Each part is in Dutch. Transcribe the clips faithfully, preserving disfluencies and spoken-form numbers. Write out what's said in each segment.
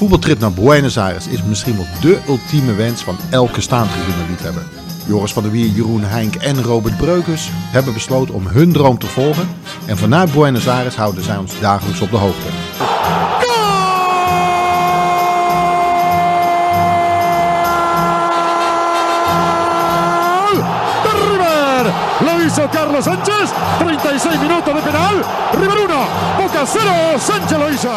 voetbaltrip naar Buenos Aires is misschien wel dé ultieme wens van elke staantribune-liefhebber. Joris van der Wier, Jeroen Heink en Robert Breukers hebben besloten om hun droom te volgen. En vanuit Buenos Aires houden zij ons dagelijks op de hoogte. Lo hizo Carlos Sánchez, treinta y seis minutos de penal, River uno, Boca cero, Sánchez lo hizo.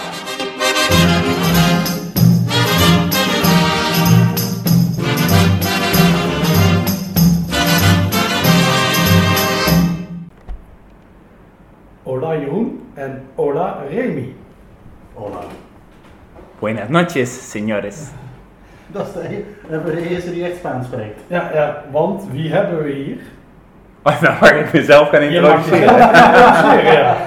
Hola Jeroen en hola Remy. Hola. Buenas noches, señores. Dat is de, de, de eerste die echt Spaans spreekt. Ja, ja, want wie hebben we hier? Oh, nou mag ik mezelf gaan introduceren. Je mag jezelf introduceren, ja.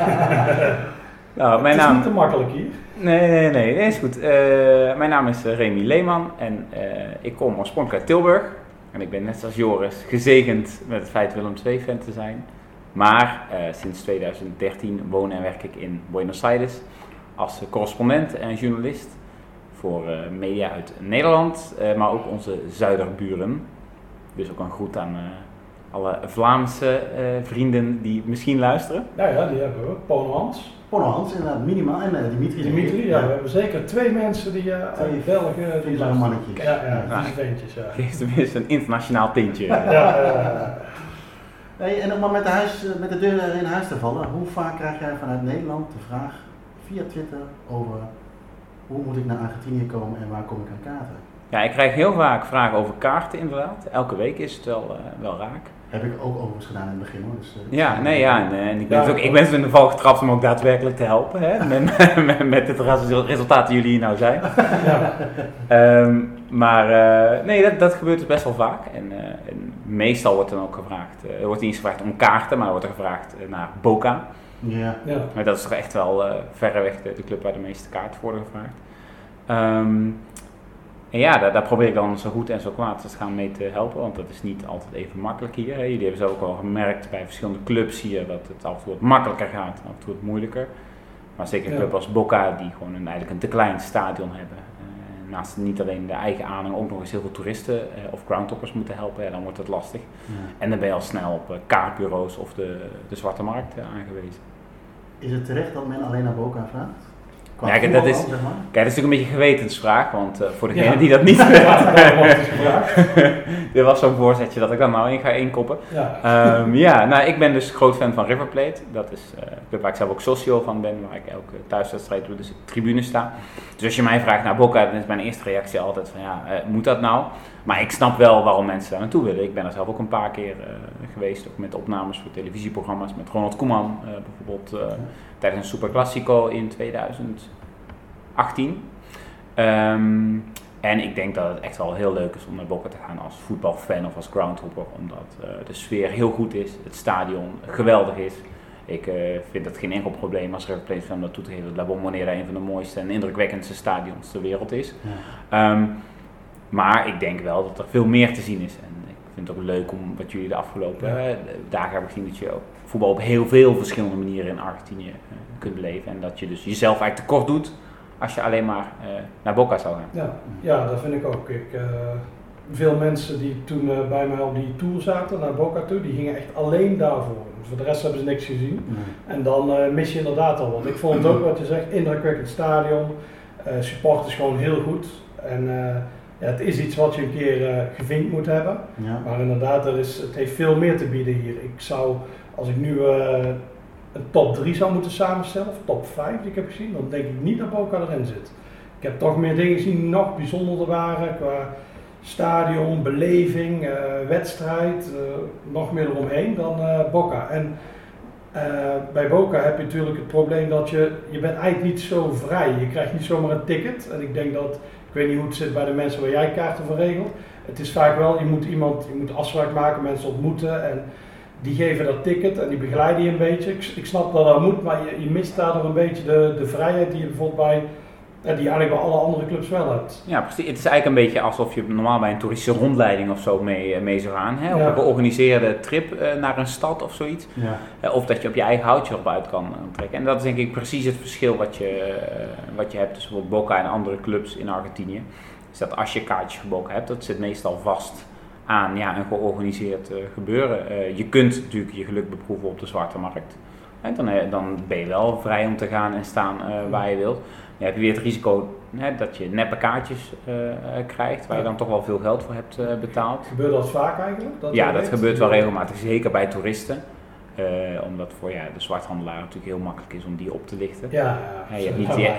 Nou, mijn Het is naam... niet te makkelijk hier. Nee, nee, nee, nee, is goed. Uh, mijn naam is uh, Remy Leeman en uh, ik kom oorspronkelijk uit Tilburg. En ik ben net zoals Joris gezegend met het feit Willem twee fan te zijn. Maar uh, sinds tweeduizend dertien woon en werk ik in Buenos Aires als uh, correspondent en journalist voor uh, media uit Nederland, uh, maar ook onze zuiderburen. Dus ook een groet aan uh, alle Vlaamse uh, vrienden die misschien luisteren. Ja, ja, die hebben we. Pono Hans. Pono Hans, inderdaad, minimaal. En uh, Dimitri. Dimitri, ja, we hebben zeker twee mensen die uh, uit België... Die zijn mannetjes. Ja, ja, Nou, die ventjes, ja. Geeft tenminste een internationaal tintje. Ja, ja, ja. Hey, en om maar met de, huis, met de deur in huis te vallen, hoe vaak krijg jij vanuit Nederland de vraag via Twitter over hoe moet ik naar Argentinië komen en waar kom ik aan kaarten? Ja, ik krijg heel vaak vragen over kaarten inderdaad. Elke week is het wel, uh, wel raak. Heb ik ook overigens gedaan in het begin hoor. Dus, uh, Ja, nee, ja, en, en ik ben Ja, ook, ik ben zo in de val getrapt om ook daadwerkelijk te helpen, hè, met, met, met het resultaat die jullie hier nou zijn. Ja. Um, maar uh, nee, dat, dat gebeurt dus best wel vaak. En, uh, en meestal wordt dan ook gevraagd, uh, er wordt niet eens gevraagd om kaarten, maar er wordt er gevraagd uh, naar Boca. Ja. Ja. Maar dat is toch echt wel uh, verreweg de, de club waar de meeste kaarten voor worden gevraagd. Um, en ja, daar, daar probeer ik dan zo goed en zo kwaad te gaan mee te helpen, want dat is niet altijd even makkelijk hier. Hè. Jullie hebben zo ook al gemerkt bij verschillende clubs hier dat het af en toe wat makkelijker gaat en af en toe wat moeilijker. Maar zeker een Ja. club als Boca, die gewoon een, eigenlijk een te klein stadion hebben. Uh, naast niet alleen de eigen aanhang ook nog eens heel veel toeristen uh, of groundtoppers moeten helpen, ja, dan wordt het lastig. Ja. En dan ben je al snel op uh, kaartbureaus of de, de zwarte markt uh, aangewezen. Is het terecht dat men alleen naar Boca vraagt? Qua Ja, kijk, voetbal dat is- dan, zeg maar? Kijk, dat is natuurlijk een beetje een gewetensvraag, want uh, voor degene Ja. die dat niet Ja, weet, daarom wordt het gevraagd. dit was zo'n voorzetje dat ik dan nou in ga inkoppen. Ja. Um, ja, nou, ik ben dus groot fan van River Plate. Dat is uh, een club waar ik zelf ook socio van ben, waar ik elke thuiswedstrijd door de tribune sta. Dus als je mij vraagt naar Boca, dan is mijn eerste reactie altijd van ja, uh, moet dat nou? Maar ik snap wel waarom mensen daar naartoe willen. Ik ben er zelf ook een paar keer uh, geweest, ook met opnames voor televisieprogramma's, met Ronald Koeman uh, bijvoorbeeld uh, ja. tijdens een Super Classico in tweeduizend achttien. Um, en ik denk dat het echt wel heel leuk is om naar Boca te gaan als voetbalfan of als groundhopper, omdat uh, de sfeer heel goed is, het stadion geweldig is. Ik uh, vind het geen enkel probleem als River Plate fan om dat toe te geven dat La Bombonera een van de mooiste en indrukwekkendste stadions ter wereld is. Ja. Um, maar ik denk wel dat er veel meer te zien is. En ik vind het ook leuk om wat jullie de afgelopen ja. uh, dagen hebben gezien, dat je voetbal op heel veel verschillende manieren in Argentinië uh, kunt beleven. En dat je dus jezelf eigenlijk tekort doet als je alleen maar uh, naar Boca zou gaan. Ja, ja, dat vind ik ook. Ik, uh, veel mensen die toen uh, bij mij op die tour zaten naar Boca toe, die gingen echt alleen daarvoor. Dus voor de rest hebben ze niks gezien. Nee. En dan uh, mis je inderdaad al wat. Ik vond het ook wat je zegt, indrukwekkend stadion, uh, support is gewoon heel goed. En uh, ja, het is iets wat je een keer uh, gevinkt moet hebben. Ja. Maar inderdaad, er is, het heeft veel meer te bieden hier. Ik zou, als ik nu uh, een top drie zou moeten samenstellen, of top vijf die ik heb gezien, dan denk ik niet dat Boca erin zit. Ik heb toch meer dingen gezien die nog bijzonderder waren qua stadion, beleving, uh, wedstrijd, uh, nog meer eromheen dan uh, Boca. En uh, bij Boca heb je natuurlijk het probleem dat je, je bent eigenlijk niet zo vrij. Je krijgt niet zomaar een ticket. En ik denk dat, ik weet niet hoe het zit bij de mensen waar jij kaarten voor regelt. Het is vaak wel, je moet iemand, je moet afspraak maken, mensen ontmoeten en die geven dat ticket en die begeleiden je een beetje. Ik, ik snap dat dat moet, maar je, je mist daardoor een beetje de, de vrijheid die je bijvoorbeeld bij En die eigenlijk bij alle andere clubs wel hebt. Ja, precies. Het is eigenlijk een beetje alsof je normaal bij een toeristische rondleiding of zo mee, mee zou gaan. Hè? Of Ja. een georganiseerde trip uh, naar een stad of zoiets. Ja. Uh, of dat je op je eigen houtje erop uit kan uh, trekken. En dat is denk ik precies het verschil wat je, uh, wat je hebt tussen bijvoorbeeld Boca en andere clubs in Argentinië. Is dat als je kaartjes voor Boca hebt, dat zit meestal vast aan ja, een georganiseerd uh, gebeuren. Uh, je kunt natuurlijk je geluk beproeven op de zwarte markt. En dan, uh, dan ben je wel vrij om te gaan en staan uh, waar je wilt. Dan heb je weer het risico hè, dat je neppe kaartjes uh, uh, krijgt, waar je dan toch wel veel geld voor hebt uh, betaald. Gebeurt dat vaak eigenlijk? Dat ja, je dat weet? gebeurt wel regelmatig, zeker bij toeristen. Uh, omdat voor ja, de zwarthandelaar natuurlijk heel makkelijk is om die op te lichten. Ja, ja. Ja, je hebt niet, je,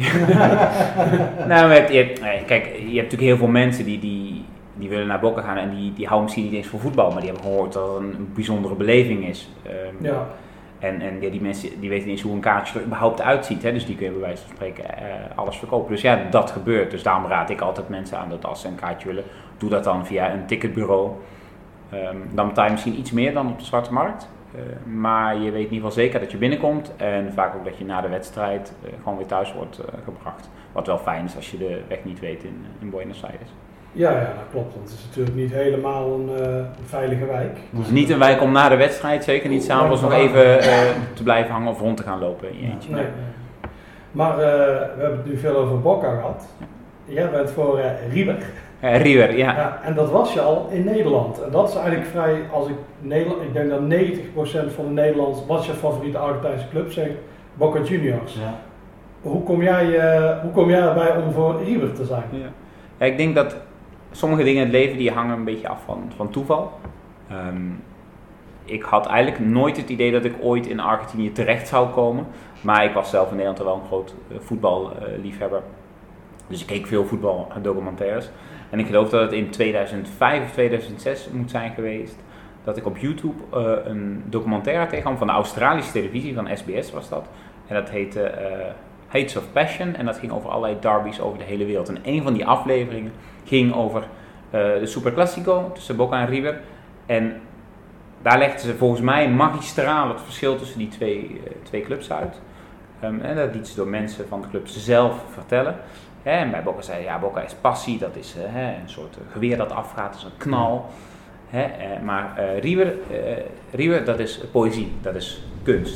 nou, maar je hebt, nee, kijk, je hebt natuurlijk heel veel mensen die, die, die willen naar Boca gaan en die, die houden misschien niet eens van voetbal, maar die hebben gehoord dat het een bijzondere beleving is. Um, Ja. En, en ja, die mensen die weten niet eens hoe een kaartje er überhaupt uitziet, hè? Dus die kun je bij wijze van spreken uh, alles verkopen. Dus ja, dat gebeurt. Dus daarom raad ik altijd mensen aan dat als ze een kaartje willen, doe dat dan via een ticketbureau. Um, dan betaal je misschien iets meer dan op de zwarte markt. Uh, maar je weet in ieder geval zeker dat je binnenkomt en vaak ook dat je na de wedstrijd uh, gewoon weer thuis wordt uh, gebracht. Wat wel fijn is als je de weg niet weet in, in Buenos Aires. Ja, ja, dat klopt. Want het is natuurlijk niet helemaal een, uh, een veilige wijk. Het is niet een wijk om na de wedstrijd, zeker niet s'avonds nog even uh, te blijven hangen of rond te gaan lopen in je eentje. Nee. Maar uh, we hebben het nu veel over Boca gehad. Jij bent voor uh, River. Uh, River, ja. Ja. En dat was je al in Nederland. En dat is eigenlijk vrij, als ik Nederland, ik denk dat negentig procent van de Nederlanders, wat is je favoriete Argentijnse club, zegt Boca Juniors. Ja. Hoe kom jij, uh, hoe kom jij erbij om voor River te zijn? Ja. Ja, ik denk dat sommige dingen in het leven die hangen een beetje af van, van toeval. Um, ik had eigenlijk nooit het idee dat ik ooit in Argentinië terecht zou komen. Maar ik was zelf in Nederland wel een groot uh, voetballiefhebber. Uh, dus ik keek veel voetbaldocumentaires. En ik geloof dat het in tweeduizend vijf of tweeduizend zes moet zijn geweest. Dat ik op YouTube uh, een documentaire tegenkwam van de Australische televisie, van S B S was dat. En dat heette uh, Heights of Passion. En dat ging over allerlei derbies over de hele wereld. En een van die afleveringen ging over uh, de Superclásico tussen Boca en River. En daar legden ze volgens mij magistraal het verschil tussen die twee, uh, twee clubs uit. Um, en dat liet ze door mensen van de clubs zelf vertellen. Hè, en bij Boca zei ja, Boca is passie, dat is uh, hè, een soort geweer dat afgaat, dat is een knal. Hè, uh, maar uh, River, uh, River, dat is poëzie, dat is kunst.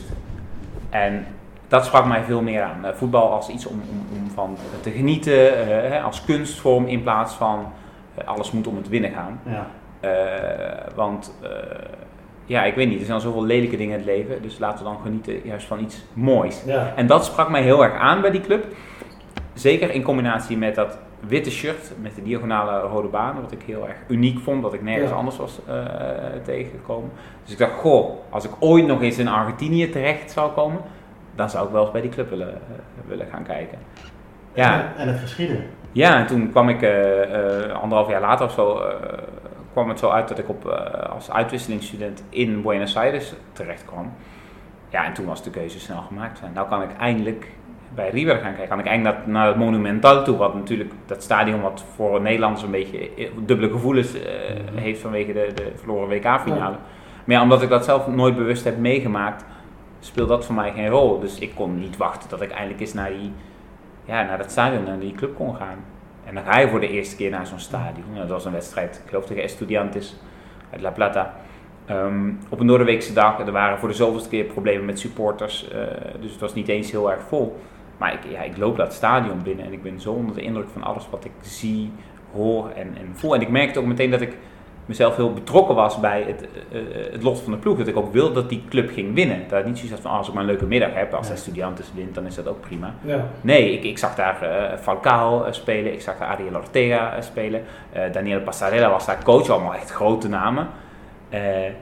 En dat sprak mij veel meer aan. Uh, voetbal als iets om, om, om van te genieten, uh, hè, als kunstvorm in plaats van uh, alles moet om het winnen gaan. Ja. Uh, want uh, ja, ik weet niet, er zijn zoveel lelijke dingen in het leven, dus laten we dan genieten juist van iets moois. Ja. En dat sprak mij heel erg aan bij die club. Zeker in combinatie met dat witte shirt met de diagonale rode banen, wat ik heel erg uniek vond, dat ik nergens ja. anders was uh, tegengekomen. Dus ik dacht, goh, als ik ooit nog eens in Argentinië terecht zou komen, dan zou ik wel eens bij die club willen, uh, willen gaan kijken. Ja. En, en het geschieden. Ja, en toen kwam ik uh, uh, anderhalf jaar later of zo, uh, kwam het zo uit dat ik op, uh, als uitwisselingsstudent in Buenos Aires terecht kwam. Ja, en toen was de keuze snel gemaakt. En nou kan ik eindelijk bij River gaan kijken. Kan ik eigenlijk naar, naar het Monumental toe, wat natuurlijk dat stadion wat voor Nederlanders een beetje dubbele gevoelens uh, mm-hmm. heeft vanwege de, de verloren W K-finale. Ja. Maar ja, omdat ik dat zelf nooit bewust heb meegemaakt, speelt dat voor mij geen rol. Dus ik kon niet wachten tot ik eindelijk eens naar, die, ja, naar dat stadion, naar die club kon gaan. En dan ga je voor de eerste keer naar zo'n stadion. Ja, dat was een wedstrijd, ik geloof tegen Estudiantes uit La Plata. Um, op een doordeweekse dag, er waren voor de zoveelste keer problemen met supporters. Uh, dus het was niet eens heel erg vol. Maar ik, ja, ik loop dat stadion binnen en ik ben zo onder de indruk van alles wat ik zie, hoor en, en voel. En ik merkte ook meteen dat ik mezelf heel betrokken was bij het, uh, het lot van de ploeg. Dat ik ook wilde dat die club ging winnen. Dat ik niet zoiets had van, oh, als ik maar een leuke middag heb, als Estudiantes wint, dan is dat ook prima. Ja. Nee, ik, ik zag daar uh, Falcao uh, spelen, ik zag daar Ariel Ortega uh, spelen. Uh, Daniel Passarella was daar coach, allemaal echt grote namen. Uh,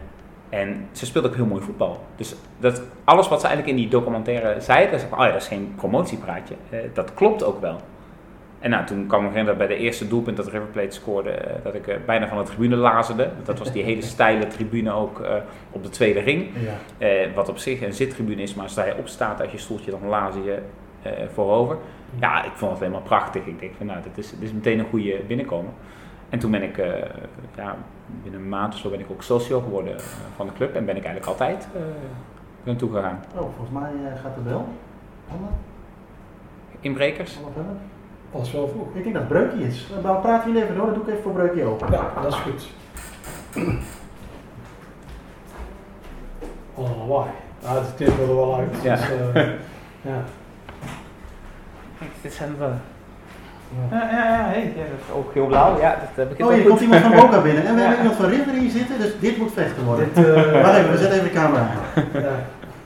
En ze speelde ook heel mooi voetbal. Dus dat, alles wat ze eigenlijk in die documentaire zei, dat, oh ja, dat is geen promotiepraatje. Uh, dat klopt ook wel. En nou, toen kwam ik dat bij de eerste doelpunt dat River Plate scoorde, uh, dat ik uh, bijna van de tribune lazerde. Dat was die hele steile tribune ook uh, op de tweede ring. Ja. Uh, wat op zich een zittribune is, maar als je opstaat uit je stoeltje, dan lazen je uh, voorover. Ja, ik vond het helemaal prachtig. Ik denk van nou, dit is, dit is meteen een goede binnenkomen. En toen ben ik, uh, ja, binnen een maand of zo ben ik ook socio geworden uh, van de club en ben ik eigenlijk altijd uh, naartoe gegaan. Oh, volgens mij uh, gaat het wel. Anne? inbrekers. Half elf? Dat is wel vroeg. Ik denk dat het Breukje is. Maar praat jullie even door, dan doe ik even voor Breukje open. Ja, dat is goed. Oh, lawaai. Ja, het tilt er wel uit. Ja. Dus, uh, ja. Kijk, dit zijn wel... Ja, ja, ja, hey, ja, dat is ook heel blauw. Ja, dat heb ik het Oh, ook hier goed. komt iemand van Boca binnen en we Ja. hebben iemand van River hier zitten, dus dit moet vechten worden. Dit, uh, Wacht even, we zetten even de camera aan. ja.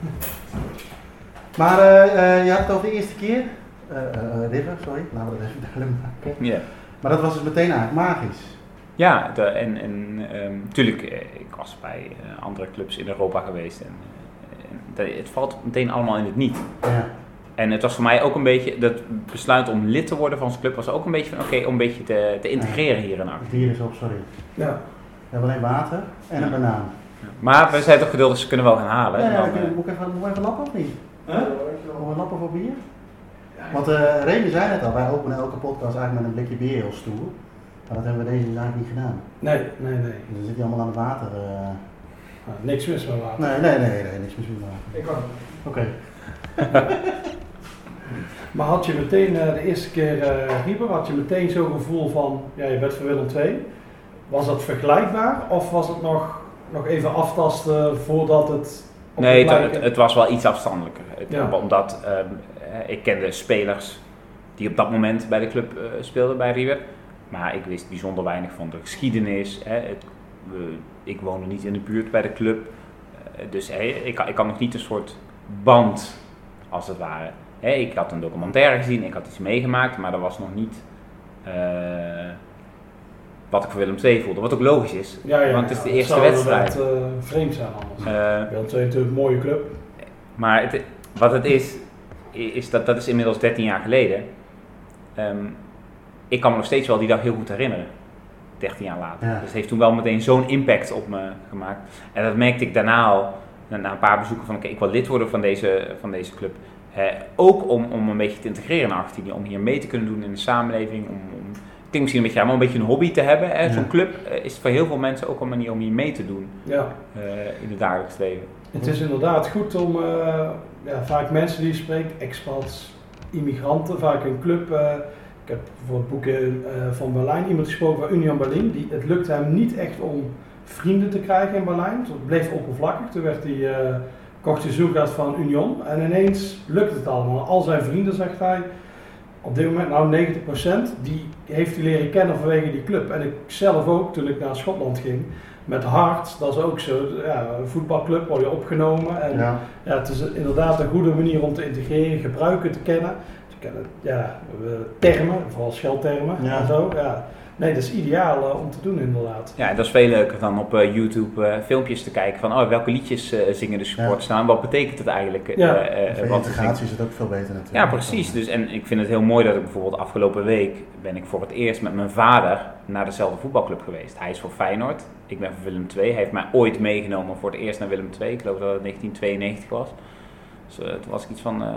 Maar uh, uh, je had het over de eerste keer, uh, uh, River, sorry, laten we dat even duidelijk maken. Ja. Maar dat was dus meteen eigenlijk magisch. Ja, de, en, en um, natuurlijk, eh, ik was bij uh, andere clubs in Europa geweest en, uh, en dat, het valt meteen allemaal in het niet. Ja. En het was voor mij ook een beetje, dat besluit om lid te worden van onze club was ook een beetje van oké, okay, om een beetje te, te integreren hier in Het Argentinië. bier is op, sorry. Ja. We hebben alleen water en een banaan. Maar we zijn toch geduldig, ze kunnen wel gaan halen. Ja, ja, Dan, ik, uh, moet ik even, moet ik even lappen of niet? Huh? Moet ik lappen voor bier? Want uh, Remy zei het al, wij openen elke podcast eigenlijk met een blikje bier heel stoer. Maar dat hebben we deze zaak niet gedaan. Nee, nee, nee. Dus dan zit hij allemaal aan het water. Uh... Nou, niks mis met water. Nee, nee, nee, nee, niks mis met water. Ik ook. Oké. Maar had je meteen uh, de eerste keer uh, Rieber, had je meteen zo'n gevoel van, ja, je bent van Willem twee. Was dat vergelijkbaar of was het nog, nog even aftasten voordat het... op nee, de het, gelijke- het, het was wel iets afstandelijker. Het, Ja. Omdat um, ik kende spelers die op dat moment bij de club uh, speelden bij River. Maar ik wist bijzonder weinig van de geschiedenis. Hè. Het, uh, ik woonde niet in de buurt bij de club. Uh, dus hey, ik, ik had nog niet een soort band, als het ware. Hey, ik had een documentaire gezien, ik had iets meegemaakt, maar dat was nog niet uh, wat ik voor Willem twee voelde. Wat ook logisch is, Ja, ja, want het is de ja, eerste zou wedstrijd. inderdaad, uh, vreemd zijn anders. Uh, Willem twee is natuurlijk een mooie club. Maar het, wat het is, is dat, dat is inmiddels dertien jaar geleden. Um, ik kan me nog steeds wel die dag heel goed herinneren. dertien jaar later. Ja. Dus het heeft toen wel meteen zo'n impact op me gemaakt. En dat merkte ik daarna al, na, na een paar bezoeken van, oké, okay, ik wil lid worden van deze, van deze club. He, ook om, om een beetje te integreren in Argentinië, om hier mee te kunnen doen in de samenleving. Om, om, ik denk misschien een beetje, ja, maar een beetje een hobby te hebben. Hè. Zo'n Ja. club uh, is voor heel veel mensen ook een manier om hier mee te doen Ja. uh, in het dagelijks leven. Het is inderdaad goed om, uh, ja, vaak mensen die je spreekt, expats, immigranten, vaak een club. Uh, ik heb voor het boek uh, van Berlijn iemand gesproken van Union Berlin. Die, het lukte hem niet echt om vrienden te krijgen in Berlijn. Het bleef oppervlakkig. Toen werd hij, uh, kocht hij zoekgeld van Union en ineens lukte het allemaal. Al zijn vrienden, zegt hij, op dit moment nou negentig procent, die heeft hij leren kennen vanwege die club. En ik zelf ook, toen ik naar Schotland ging. Met Hart, dat is ook zo, ja, een voetbalclub word je opgenomen en ja. Ja, het is inderdaad een goede manier om te integreren, gebruiken te kennen. Ze kennen ja, termen, vooral scheltermen Ja. en zo. Ja. Nee, dat is ideaal uh, om te doen inderdaad. Ja, dat is veel leuker dan op uh, YouTube uh, filmpjes te kijken van oh, welke liedjes uh, zingen de supporters nou en wat betekent het eigenlijk? Uh, Ja. uh, Voor wat integratie is het ook veel beter natuurlijk. Ja, precies. Dus, en ik vind het heel mooi dat ik bijvoorbeeld afgelopen week ben ik voor het eerst met mijn vader naar dezelfde voetbalclub geweest. Hij is voor Feyenoord, ik ben voor Willem twee. Hij heeft mij ooit meegenomen voor het eerst naar Willem twee. Ik geloof dat het negentien tweeënnegentig was. Dus uh, toen was ik iets van uh,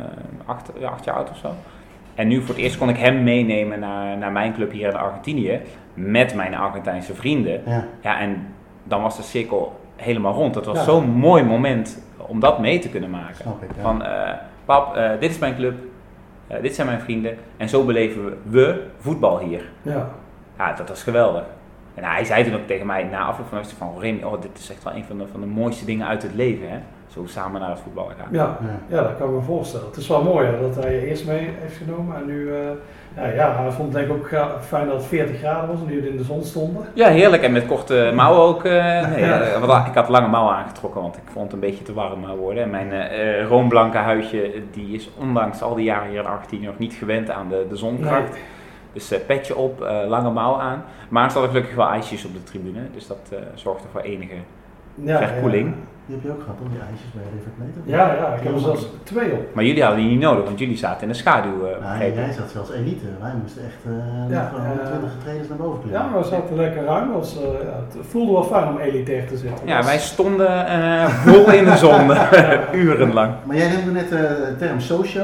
acht, acht jaar oud of zo. En nu voor het eerst kon ik hem meenemen naar, naar mijn club hier in Argentinië met mijn Argentijnse vrienden. Ja. Ja, en dan was de cirkel helemaal rond. Het was Ja. zo'n mooi moment om dat mee te kunnen maken. Snap ik, ja. Van, uh, pap, uh, dit is mijn club, uh, dit zijn mijn vrienden en zo beleven we, we voetbal hier. Ja. Ja, dat was geweldig. En hij zei toen ook tegen mij na afloop van van Remy, oh, dit is echt wel een van de, van de mooiste dingen uit het leven, hè? Zo samen naar het voetballen gaan. Ja. Ja. Ja, dat kan ik me voorstellen. Het is wel mooi hè, dat hij je eerst mee heeft genomen en nu, uh, ja, ja, hij vond het denk ik ook gra- fijn dat het veertig graden was en nu het in de zon stonden. Ja, heerlijk. En met korte mouwen ook. Uh, nee, Ja. uh, want ik had lange mouwen aangetrokken, want ik vond het een beetje te warm uh, worden. En mijn uh, roomblanke huidje, die is ondanks al die jaren hier in Argentinië nog niet gewend aan de, de zonkracht. Nee. Dus uh, petje op, uh, lange mouw aan. Maar er zaten gelukkig wel ijsjes op de tribune, dus dat uh, zorgde voor enige Ja, verkoeling. ja. Die heb je ook gehad, toch? Die ijsjes bij River Plate? Ja, ja, ik heb er zelfs twee op. Maar jullie hadden die niet nodig, want jullie zaten in de schaduw. Uh, Nee, begrepen. jij zat zelfs elite. Wij moesten echt uh, Ja, nog uh, honderdtwintig traders naar boven klimmen. Ja, maar we zaten lekker ruim. Was, uh, ja, het voelde wel fijn om elitair te zitten. Ja, Was- wij stonden uh, vol in de zon, urenlang. Maar jij noemde net uh, de term socio.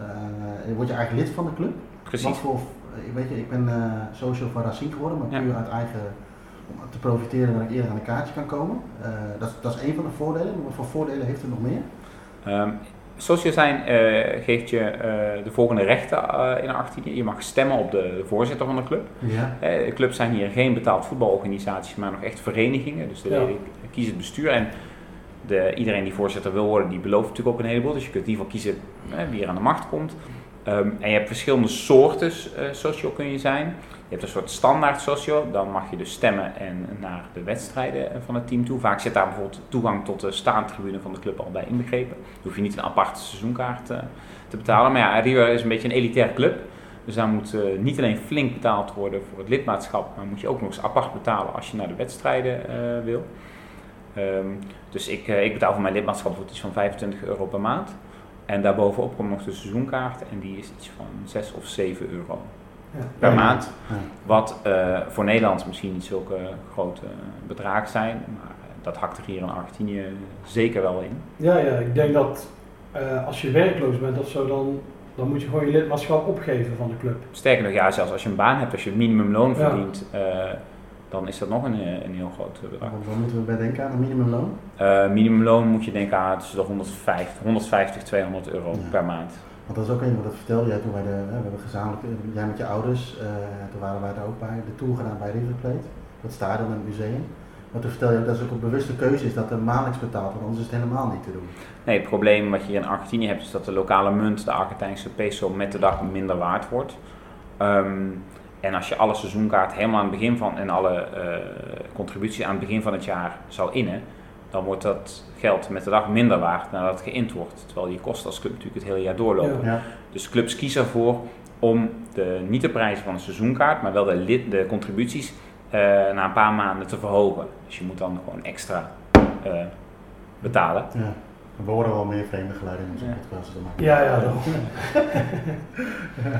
Uh, word je eigenlijk lid van de club? Precies. Wat voor, ik weet je, ik ben uh, socio van Racing geworden, maar Ja. puur uit eigen, om te profiteren dat ik eerder aan een kaartje kan komen. Uh, dat, is- dat is één van de voordelen, maar wat voor voordelen heeft het nog meer? Um, socio zijn uh, geeft je uh, de volgende rechten uh, in Argentinië. Je mag stemmen op de, de voorzitter van de club. Ja. Uh, de clubs zijn hier geen betaald voetbalorganisaties, maar nog echt verenigingen. Dus de Ja. leden kiezen het bestuur. En de, iedereen die voorzitter wil worden, die belooft natuurlijk ook een heleboel. Dus je kunt in ieder geval kiezen uh, wie er aan de macht komt. Um, en je hebt verschillende soorten uh, socio kun je zijn. Je hebt een soort standaard socio, dan mag je dus stemmen en naar de wedstrijden van het team toe. Vaak zit daar bijvoorbeeld toegang tot de staantribune van de club al bij inbegrepen. Dan hoef je niet een aparte seizoenkaart uh, te betalen. Maar ja, River is een beetje een elitaire club. Dus daar moet uh, niet alleen flink betaald worden voor het lidmaatschap, maar moet je ook nog eens apart betalen als je naar de wedstrijden uh, wil. Um, dus ik, uh, ik betaal voor mijn lidmaatschap voor iets van vijfentwintig euro per maand. En daarbovenop komt nog de seizoenkaart en die is iets van zes of zeven euro Ja. per Ja. maand. Ja. Wat uh, voor Nederland misschien niet zulke grote bedragen zijn, maar dat hakt er hier in Argentinië zeker wel in. Ja, ja, ik denk dat uh, als je werkloos bent of zo, dan, dan moet je gewoon je lidmaatschap opgeven van de club. Sterker nog, ja, zelfs als je een baan hebt, als je minimumloon Ja. verdient, uh, dan is dat nog een, een heel groot bedrag. Wat wat moeten we bij denken aan een minimumloon? Uh, minimumloon moet je denken aan tussen de honderdvijftig, honderdvijftig, tweehonderd euro Ja. per maand. Want dat is ook een, want dat vertelde jij toen wij de, hè, we hebben gezamenlijk, jij met je ouders, uh, toen waren wij er ook bij, de tour gedaan bij River Plate, dat stadion en het museum. Maar toen vertelde je dat het ook een bewuste keuze is dat er maandelijks betaald wordt, anders is het helemaal niet te doen. Nee, het probleem wat je hier in Argentinië hebt is dat de lokale munt, de Argentijnse peso, met de dag minder waard wordt. Um, en als je alle seizoenkaart helemaal aan het begin van en alle uh, contributies aan het begin van het jaar zou innen, dan wordt dat geld met de dag minder waard nadat het geïnd wordt. Terwijl je kosten als club natuurlijk het hele jaar doorlopen. Ja. Ja. Dus clubs kiezen ervoor om de, niet de prijs van een seizoenkaart, maar wel de, lid, de contributies uh, na een paar maanden te verhogen. Dus je moet dan gewoon extra uh, betalen. Ja. We horen wel meer vreemde geluiden in onze Ja. podcast. dus dat maakt Ja, ja, niet dat. uit.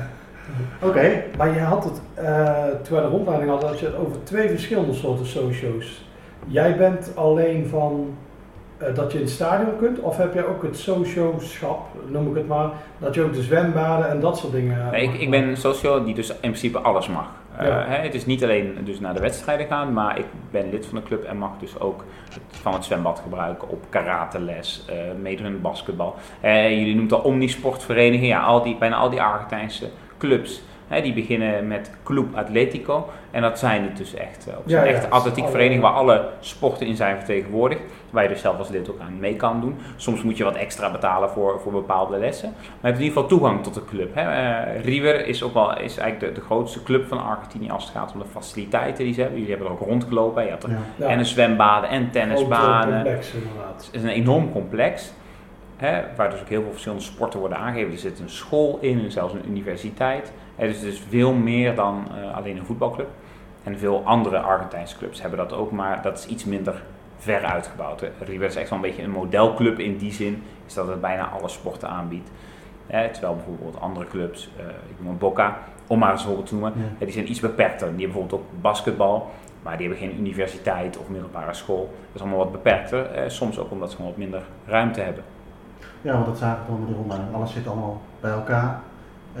Oké. Maar je had het, uh, toen wij de rondleiding hadden, had je het over twee verschillende soorten socio's. Jij bent alleen van uh, dat je in het stadion kunt, of heb jij ook het socioschap, noem ik het maar, dat je ook de zwembaden en dat soort dingen... Nee, ik, ik ben een socio die dus in principe alles mag. Uh, Ja. hè, het is niet alleen dus naar de wedstrijden gaan, maar ik ben lid van de club en mag dus ook het, van het zwembad gebruiken op karateles, uh, meedoen in basketbal. Uh, jullie noemt al omnisportverenigingen, ja, al die, bijna al die Argentijnse clubs. Hè, die beginnen met Club Atletico en dat zijn het dus echt, uh, Ja, een ja, echte atletiekvereniging alle- waar alle sporten in zijn vertegenwoordigd. Waar je dus zelf als lid ook aan mee kan doen. Soms moet je wat extra betalen voor, voor bepaalde lessen. Maar je hebt in ieder geval toegang tot de club. Hè. Uh, River is ook wel is eigenlijk de, de grootste club van Argentinië als het gaat om de faciliteiten die ze hebben. Jullie hebben er ook rondgelopen. Je hebt er Ja. Ja. en een zwembaden en tennisbanen. Complex inderdaad. Het is een enorm complex. Hè, waar dus ook heel veel verschillende sporten worden aangegeven. Er zit een school in en zelfs een universiteit. Hè, dus het is veel meer dan uh, alleen een voetbalclub. En veel andere Argentijnse clubs hebben dat ook, maar dat is iets minder ver uitgebouwd. Hè. River is echt wel een beetje een modelclub in die zin, is dat het bijna alle sporten aanbiedt. Hè, terwijl bijvoorbeeld andere clubs, uh, ik noem een Boca, om maar eens een voorbeeld te noemen, Ja. hè, die zijn iets beperkter. Die hebben bijvoorbeeld ook basketbal, maar die hebben geen universiteit of middelbare school. Dat is allemaal wat beperkter, eh, soms ook omdat ze gewoon wat minder ruimte hebben. Ja, want dat zagen we dan met de rondleiding. Alles zit allemaal bij elkaar. Uh,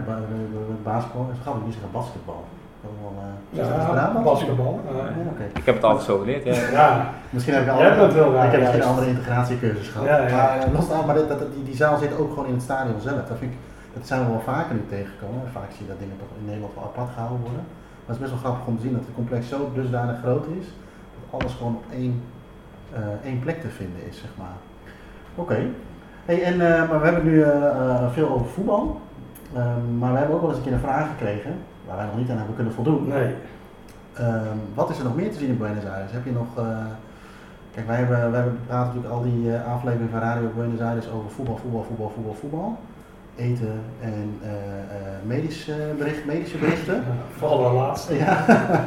basketbal, is grappig, niet zeggen basketbal. Wel, uh, is dat Ja, gedaan, basketbal. Ja, Uh, oké. Ik heb het altijd zo geleerd. Ja. ja, Misschien heb ik, al, Jij bent wel raar, ik heb misschien juist. een andere integratiecursus gehad. Ja, ja. Maar uh, los daarvan, maar dit, dat, die, die zaal zit ook gewoon in het stadion zelf. Dat, vind ik, dat zijn we wel vaker nu tegengekomen. Vaak zie je dat dingen toch in Nederland wel apart gehouden worden. Maar het is best wel grappig om te zien dat het complex zo dusdanig groot is. Dat alles gewoon op één, uh, één plek te vinden is, zeg maar. Oké. Okay. Hey, en, uh, maar we hebben nu uh, uh, veel over voetbal. Um, maar we hebben ook wel eens een keer een vraag gekregen, waar wij nog niet aan hebben kunnen voldoen. nee. Um, wat is er nog meer te zien in Buenos Aires? Heb je nog, uh, kijk wij hebben, wij hebben praten natuurlijk al die uh, afleveringen van Radio Buenos Aires over voetbal, voetbal, voetbal, voetbal, voetbal. Eten en uh, uh, medisch, uh, bericht, medische berichten. Ja, vooral de laatste. Ja.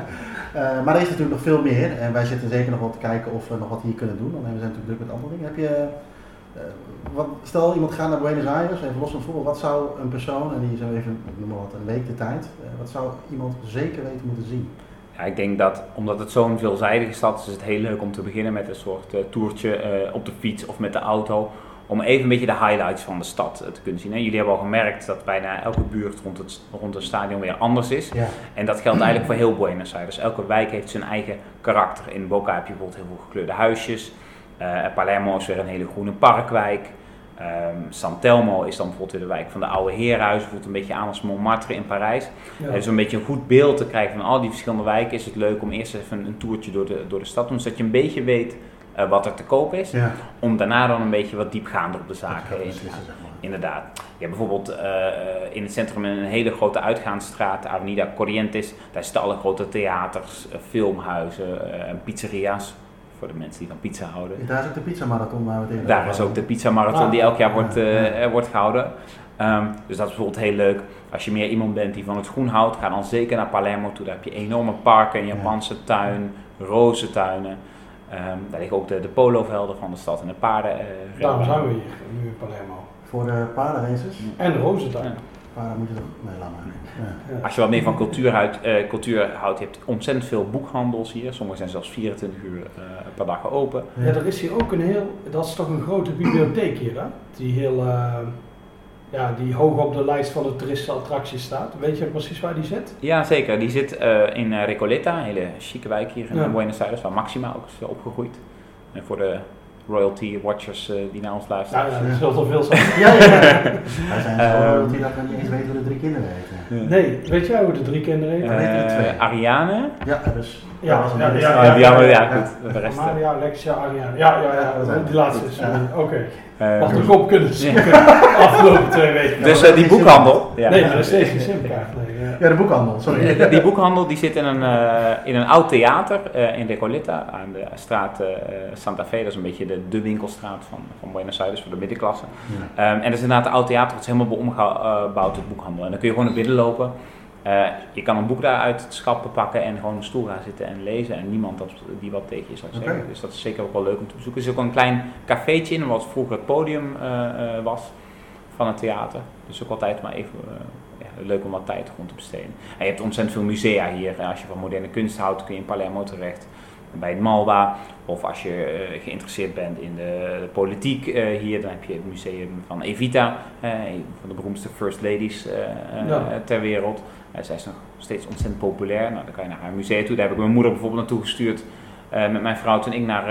uh, maar er is natuurlijk nog veel meer en wij zitten zeker nog wel te kijken of we nog wat hier kunnen doen. Alleen we zijn natuurlijk druk met andere dingen. Heb je, uh, wat, stel iemand gaat naar Buenos Aires, even los van voetbal, wat zou een persoon, en die zo even, noem maar wat, een week de tijd, uh, wat zou iemand zeker weten moeten zien? Ja, ik denk dat, omdat het zo'n veelzijdige stad is, is het heel leuk om te beginnen met een soort uh, toertje uh, op de fiets of met de auto. Om even een beetje de highlights van de stad uh, te kunnen zien. Hè. Jullie hebben al gemerkt dat bijna elke buurt rond het, rond het stadion weer anders is. Ja. En dat geldt eigenlijk voor heel Buenos Aires. Dus elke wijk heeft zijn eigen karakter. In Boca heb je bijvoorbeeld heel veel gekleurde huisjes. Uh, Palermo is weer een hele groene parkwijk. Um, San Telmo is dan bijvoorbeeld weer de wijk van de oude herenhuizen, voelt een beetje aan als Montmartre in Parijs. Ja. Dus om een beetje een goed beeld te krijgen van al die verschillende wijken is het leuk om eerst even een, een toertje door de, door de stad te doen, zodat je een beetje weet uh, wat er te koop is. Ja. Om daarna dan een beetje wat diepgaander op de zaken in te gaan. Zeg maar. Inderdaad. Je hebt bijvoorbeeld uh, in het centrum een hele grote uitgaansstraat, Avenida Corrientes. Daar zitten alle grote theaters, uh, filmhuizen, uh, pizzeria's. Voor de mensen die van pizza houden. Daar is ook de pizzamarathon waar we het eerder Daar over is ook hadden. de pizzamarathon Ah, die elk jaar wordt, ja, uh, ja. wordt gehouden. Um, dus dat is bijvoorbeeld heel leuk. Als je meer iemand bent die van het groen houdt, ga dan zeker naar Palermo toe. Daar heb je enorme parken, een Japanse ja. tuin, rozentuinen. Um, daar liggen ook de, de polovelden van de stad en de paarden. Uh, Daarom zijn we hier, nu in Palermo. Voor de paardenraces? En de rozentuin. Ja. Paarden moeten toch... Nee, laat maar. Ja. Ja. Als je wat meer van cultuur houdt, uh, cultuur houdt, je hebt ontzettend veel boekhandels hier. Sommige zijn zelfs vierentwintig uur uh, per dag open. Ja, er is hier ook een heel, dat is toch een grote bibliotheek hier, hè? Die heel, uh, ja, die hoog op de lijst van de toeristische attracties staat. Weet je precies waar die zit? Ja, zeker. Die zit uh, in uh, Recoleta, een hele chique wijk hier in Ja. Buenos Aires, waar Maxima ook is opgegroeid. En voor de royalty watchers uh, die naar ons luisteren. Nou ja, dat zult er veel zijn. Ja, ja, ja. Wij zijn zo Ehm, dat hij dat niet eens weet hoe de drie kinderen heten. Nee, weet jij hoe de drie kinderen heten? Ja, weet je de twee? Uh, Ariane. Ja, dus... Ja, dat was een ja, eerste. ja, Ja, die hebben we, ja, Ja. goed. De rest. uh, Maria, Alexia, Ariane. Ja, ja, ja, Ja, dat zijn die we. laatste is. Ja. Oké. Okay. uh, Wacht, ik op kunnen zoeken. Afgelopen twee weken. Dus maar uh, die dat is boekhandel. Ja. Nee, er is steeds geen simkaart. Nee, ja. Ja, de boekhandel, sorry. Die, die boekhandel die zit in een, uh, in een oud theater uh, in Recoleta aan de straat uh, Santa Fe. Dat is een beetje de, de winkelstraat van, van Buenos Aires voor de middenklasse. Ja. Um, en dat is inderdaad een oud theater, het is helemaal omgebouwd tot boekhandel. En dan kun je gewoon naar binnen lopen. Uh, je kan een boek daar uit het schap pakken en gewoon een stoel gaan zitten en lezen. En niemand die wat tegen je zal zeggen. Okay. Dus dat is zeker ook wel leuk om te bezoeken. Er is ook een klein cafeetje in, wat vroeger het podium uh, uh, was van het theater. Dus ook altijd maar even uh, ja, leuk om wat tijd rond te besteden. En je hebt ontzettend veel musea hier. Als je van moderne kunst houdt kun je in Palermo terecht. Bij het Malba, of als je uh, geïnteresseerd bent in de, de politiek uh, hier, dan heb je het museum van Evita, uh, een van de beroemdste first ladies uh, uh, Ja. ter wereld. Uh, zij is nog steeds ontzettend populair, nou, dan kan je naar haar museum toe. Daar heb ik mijn moeder bijvoorbeeld naartoe gestuurd uh, met mijn vrouw toen ik naar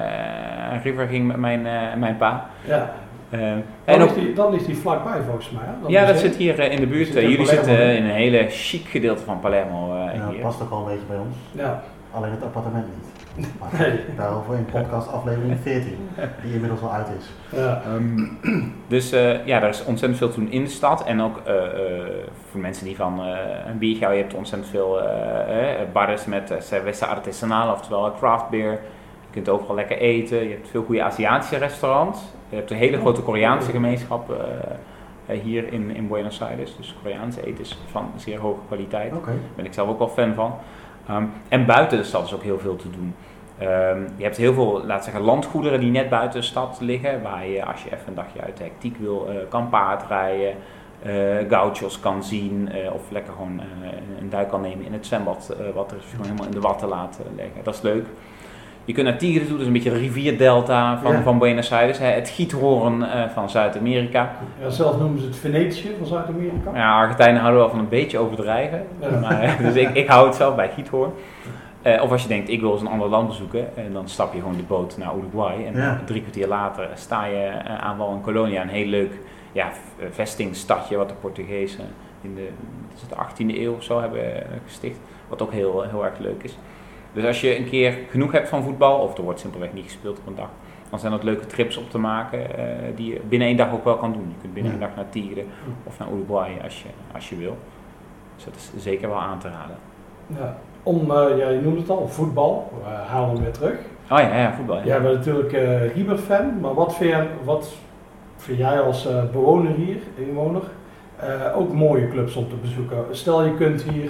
uh, River ging met mijn, uh, mijn pa. Ja. Uh, Dan, en ligt ook, die, dan ligt die vlakbij volgens mij. Hè? ja, dat museum. zit hier uh, in de buurt. Zit Uh, in jullie Palermo, zitten hè? in een hele chic gedeelte van Palermo uh, Ja, hier. past ook wel een beetje bij ons. Ja. Alleen het appartement niet. Maar Nee. daarover in podcast aflevering veertien, die inmiddels al uit is. Ja. Um, dus uh, ja, er is ontzettend veel te doen in de stad. En ook uh, uh, voor mensen die van uh, een biertje houden, je hebt ontzettend veel uh, uh, bars met uh, cerveza artesanale, oftewel craft beer. Je kunt overal lekker eten. Je hebt veel goede Aziatische restaurants. Je hebt een hele grote Koreaanse gemeenschap uh, uh, hier in, in Buenos Aires. Dus Koreaanse eten is van zeer hoge kwaliteit. Oké. Daar ben ik zelf ook wel fan van. Um, en buiten de stad is ook heel veel te doen. Um, je hebt heel veel, laat zeggen, landgoederen die net buiten de stad liggen, waar je als je even een dagje uit de hectiek wil, uh, kan paardrijden, uh, gauchos kan zien uh, of lekker gewoon uh, een duik kan nemen in het zwembad, uh, wat er is, gewoon helemaal in de watten laten leggen. Dat is leuk. Je kunt naar Tigre toe, dat is een beetje de rivierdelta van, Ja. van Buenos Aires, hè, het giethoorn uh, van Zuid-Amerika. Ja, zelf noemen ze het Venetië van Zuid-Amerika. Ja, Argentijnen houden wel van een beetje overdrijven, Ja. maar, dus ik, ik hou het zelf bij giethoorn. Uh, of als je denkt, ik wil eens een ander land bezoeken, en dan stap je gewoon de boot naar Uruguay. En Ja. drie kwartier later sta je uh, aan wal in Colonia, een heel leuk ja, v- vestingstadje wat de Portugezen in de, wat is het, de achttiende eeuw of zo hebben uh, gesticht. Wat ook heel, heel erg leuk is. Dus als je een keer genoeg hebt van voetbal, of er wordt simpelweg niet gespeeld op een dag, dan zijn dat leuke trips op te maken uh, die je binnen één dag ook wel kan doen. Je kunt binnen Ja. één dag naar Tigre of naar Uruguay als je, als je wil. Dus dat is zeker wel aan te raden. Ja. Om, uh, ja, je noemde het al, voetbal. We halen hem weer terug. Oh ja, ja voetbal. Ja. Jij bent natuurlijk uh, River-fan, maar wat vind, jij, wat vind jij als uh, bewoner hier, inwoner, uh, ook mooie clubs om te bezoeken? Stel je kunt hier,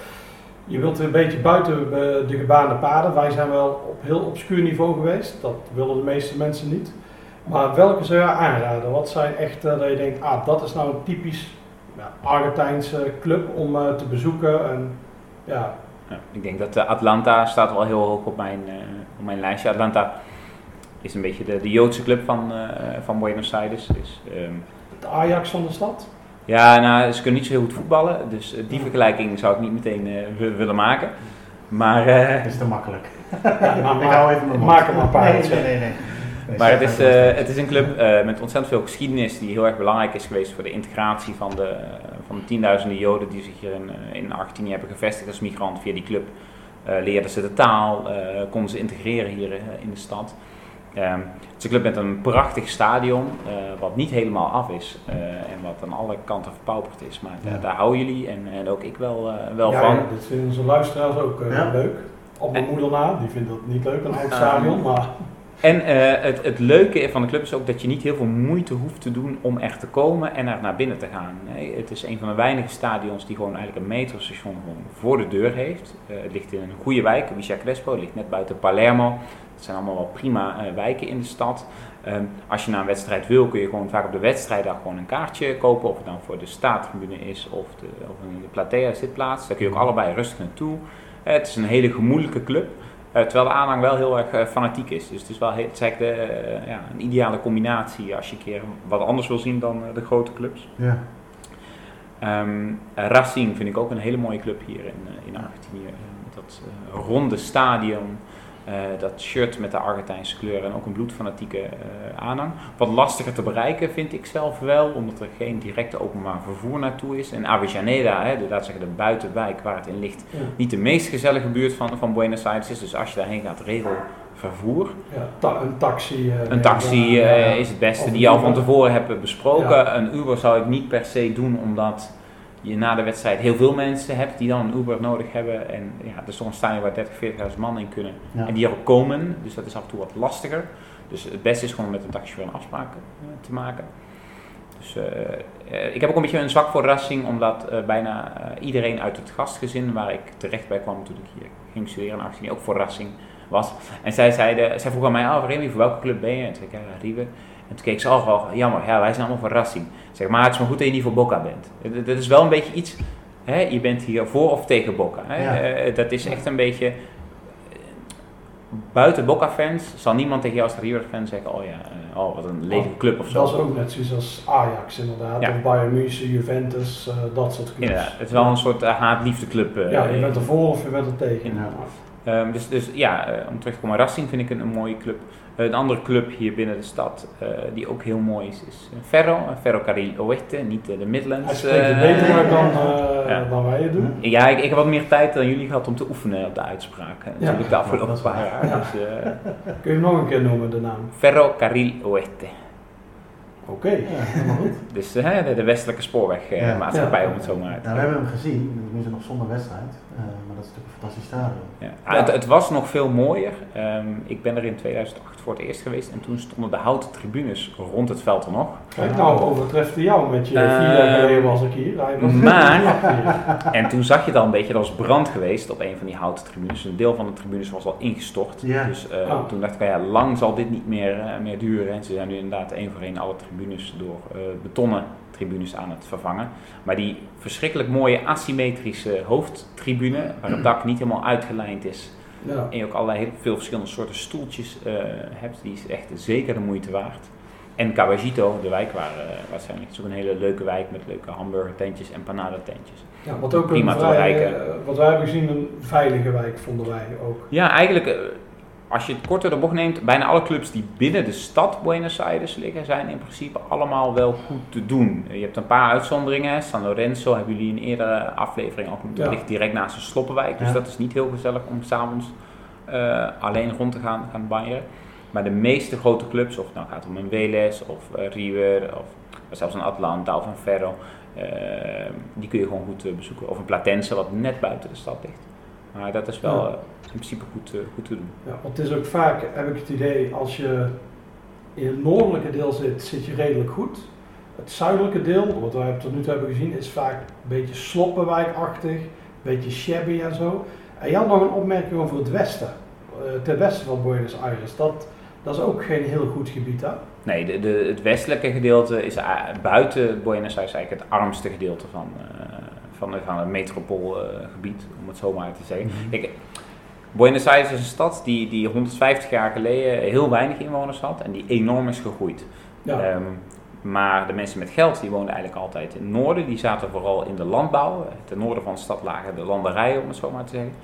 je wilt een beetje buiten uh, de gebaande paden. Wij zijn wel op heel obscuur niveau geweest, dat willen de meeste mensen niet. Maar welke zou je aanraden? Wat zijn echt uh, dat je denkt, ah, dat is nou een typisch ja, Argentijnse club om uh, te bezoeken? En, ja, Ja, ik denk dat uh, Atlanta staat wel heel hoog op mijn, uh, op mijn lijstje. Atlanta is een beetje de, de Joodse club van, uh, van Buenos Aires. Dus, um, het Ajax van de stad? ja, nou, ze kunnen niet zo heel goed voetballen. Dus uh, die vergelijking zou ik niet meteen uh, w- willen maken. Maar uh, Dat is te makkelijk. Ja, maar Ik hou even mijn mond. maak er maar een paar. Nee, nee, nee. nee. Nee, Maar het is, Sheffield Wednesday. uh, het is een club uh, met ontzettend veel geschiedenis die heel erg belangrijk is geweest voor de integratie van de, uh, van de tienduizenden Joden die zich hier in, uh, in Argentinië hebben gevestigd als migrant. Via die club uh, leerden ze de taal, uh, konden ze integreren hier uh, in de stad. Um, het is een club met een prachtig stadion, uh, wat niet helemaal af is uh, en wat aan alle kanten verpauperd is. Maar Ja. uh, daar houden jullie en, en ook ik wel, uh, wel ja, van. ja, dit vinden onze luisteraars ook uh, Ja. leuk. Op mijn En- moeder na, die vindt dat niet leuk, een oud Um, stadion, maar En uh, het, het leuke van de club is ook dat je niet heel veel moeite hoeft te doen om er te komen en er naar binnen te gaan. Nee, het is een van de weinige stadions die gewoon eigenlijk een metrostation gewoon voor de deur heeft. Uh, het ligt in een goede wijk, Villa Crespo, het ligt net buiten Palermo. Het zijn allemaal wel prima uh, wijken in de stad. Um, als je naar een wedstrijd wil, kun je gewoon vaak op de wedstrijddag gewoon een kaartje kopen. Of het nou voor de staattribune is of de, of een de Platea zitplaats. Daar kun je ook allebei rustig naartoe. Uh, het is een hele gemoedelijke club. Uh, terwijl de aanhang wel heel erg uh, fanatiek is. Dus het is wel heel, het is eigenlijk de, uh, ja, een ideale combinatie als je een keer wat anders wil zien dan uh, de grote clubs. Ja. Um, uh, Racing vind ik ook een hele mooie club hier in, uh, in Argentinië. Uh, met dat uh, ronde stadion, uh, dat shirt met de Argentijnse kleuren en ook een bloedfanatieke uh, aanhang. Wat lastiger te bereiken vind ik zelf wel, omdat er geen directe openbaar vervoer naartoe is. En Avellaneda, hè, de, laat zeggen de buitenwijk waar het in ligt, ja, niet de meest gezellige buurt van, van Buenos Aires is. Dus als je daarheen gaat, regel vervoer. ja, ta- een taxi. uh, Een taxi ja, uh, ja. is het beste, Of die je al een van Uber. tevoren hebben besproken. Ja. Een Uber zou ik niet per se doen, omdat je na de wedstrijd heel veel mensen hebt die dan een Uber nodig hebben. En ja, er is toch een stadion waar dertig, veertigduizend man in kunnen. Ja. En die er ook komen, dus dat is af en toe wat lastiger. Dus het beste is gewoon met een taxichauffeur een afspraak uh, te maken. Dus uh, uh, ik heb ook een beetje een zwak voor Racing, omdat uh, bijna uh, iedereen uit het gastgezin waar ik terecht bij kwam toen ik hier ging studeren in Argentinië ook voor Racing was. En zij zeiden, zij vroegen aan mij, oh Remy, voor welke club ben je? En toen zei ik, ja, River. En toen keek ze, oh, oh, jammer, ja, wij zijn allemaal voor Racing. Ik zeg, maar het is maar goed dat je niet voor Boca bent. Dat is wel een beetje iets, hè, je bent hier voor of tegen Boca. Hè? Ja. Uh, dat is echt een beetje, uh, buiten Boca-fans zal niemand tegen jou als River-fan zeggen, oh ja, uh, oh, wat een lelijke club of zo. Dat is ook net zoiets als Ajax inderdaad, Ja. of Bayern München, Juventus, uh, dat soort clubs. Inderdaad, het is wel een soort uh, haat-liefde club. Uh, Ja, je bent er voor of je bent er tegen. Inderdaad. Um, dus, dus ja, uh, om terug te komen, Racing vind ik een, een mooie club. Uh, een andere club hier binnen de stad, uh, die ook heel mooi is, is uh, Ferro, uh, Ferrocarril Oeste, niet uh, de Midlands. Hij spreekt het uh, beter uit dan, uh, ja. dan wij het doen. Ja, ik, ik heb wat meer tijd dan jullie gehad om te oefenen op de uitspraak. Uh, natuurlijk Ja. de afgelopen Dat is waar. paar jaar. Ja. Dus, uh, Kun je hem nog een keer noemen, de naam? Ferrocarril Oeste. Oké. Ja, helemaal goed. Dus uh, de, de westelijke spoorwegmaatschappij, uh, Ja. om het zo maar uit te Nou, we hebben hem gezien, nu is het nog zonder wedstrijd, uh, maar dat is natuurlijk een fantastisch stadion. Ja. Ah, het, het was nog veel mooier. Um, ik ben er in tweeduizend acht voor het eerst geweest en toen stonden de houten tribunes rond het veld er nog. Kijk, nou overtreft jou met je Uh, vier jaar geleden was ik hier. Hij was maar- niet hier. En toen zag je dan een beetje, er was brand geweest op een van die houten tribunes. Een deel van de tribunes was al ingestort. Ja. Dus uh, Oh. toen dacht ik, ja, lang zal dit niet meer, uh, meer duren. En ze zijn nu inderdaad één voor één alle tribunes door uh, betonnen tribunes aan het vervangen. Maar die verschrikkelijk mooie asymmetrische hoofdtribune, waar het dak niet helemaal uitgelijnd is. Ja. En je ook allerlei heel veel verschillende soorten stoeltjes uh, hebt, die is echt zeker de moeite waard. En Caballito, de wijk waar, uh, waar zijn, is ook een hele leuke wijk met leuke hamburgertentjes en panada-tentjes. Ja, wat ook Prima een te vrij, bereiken. uh, wat wij hebben gezien, een veilige wijk vonden wij ook. Ja, eigenlijk, uh, als je het kort door de bocht neemt, bijna alle clubs die binnen de stad Buenos Aires liggen, zijn in principe allemaal wel goed te doen. Je hebt een paar uitzonderingen. San Lorenzo hebben jullie in een eerdere aflevering ook genoemd. Dat Ja. ligt direct naast een sloppenwijk, dus Ja. dat is niet heel gezellig om s'avonds uh, alleen rond te gaan, gaan banjeren. Maar de meeste grote clubs, of het nou gaat om een Vélez of uh, River, of zelfs een Atlanta of een Ferro, uh, die kun je gewoon goed uh, bezoeken. Of een Platense, wat net buiten de stad ligt. Maar dat is wel Ja. uh, in principe goed, uh, goed te doen. Ja, want het is ook vaak, heb ik het idee, als je in het noordelijke deel zit, zit je redelijk goed. Het zuidelijke deel, wat wij tot nu toe hebben gezien, is vaak een beetje sloppenwijkachtig, een beetje shabby en zo. En je had nog een opmerking over het westen, uh, ten westen van Buenos Aires. Dat, dat is ook geen heel goed gebied, hè? Nee, de, de, het westelijke gedeelte is uh, buiten Buenos Aires eigenlijk het armste gedeelte van, uh, van, van het metropoolgebied, uh, om het zo maar te zeggen. Mhm. Kijk, Buenos Aires is een stad die, die honderdvijftig jaar geleden heel weinig inwoners had en die enorm is gegroeid. Ja. Um, maar de mensen met geld die woonden eigenlijk altijd in het noorden, die zaten vooral in de landbouw. Ten noorden van de stad lagen de landerijen, om het zo maar te zeggen.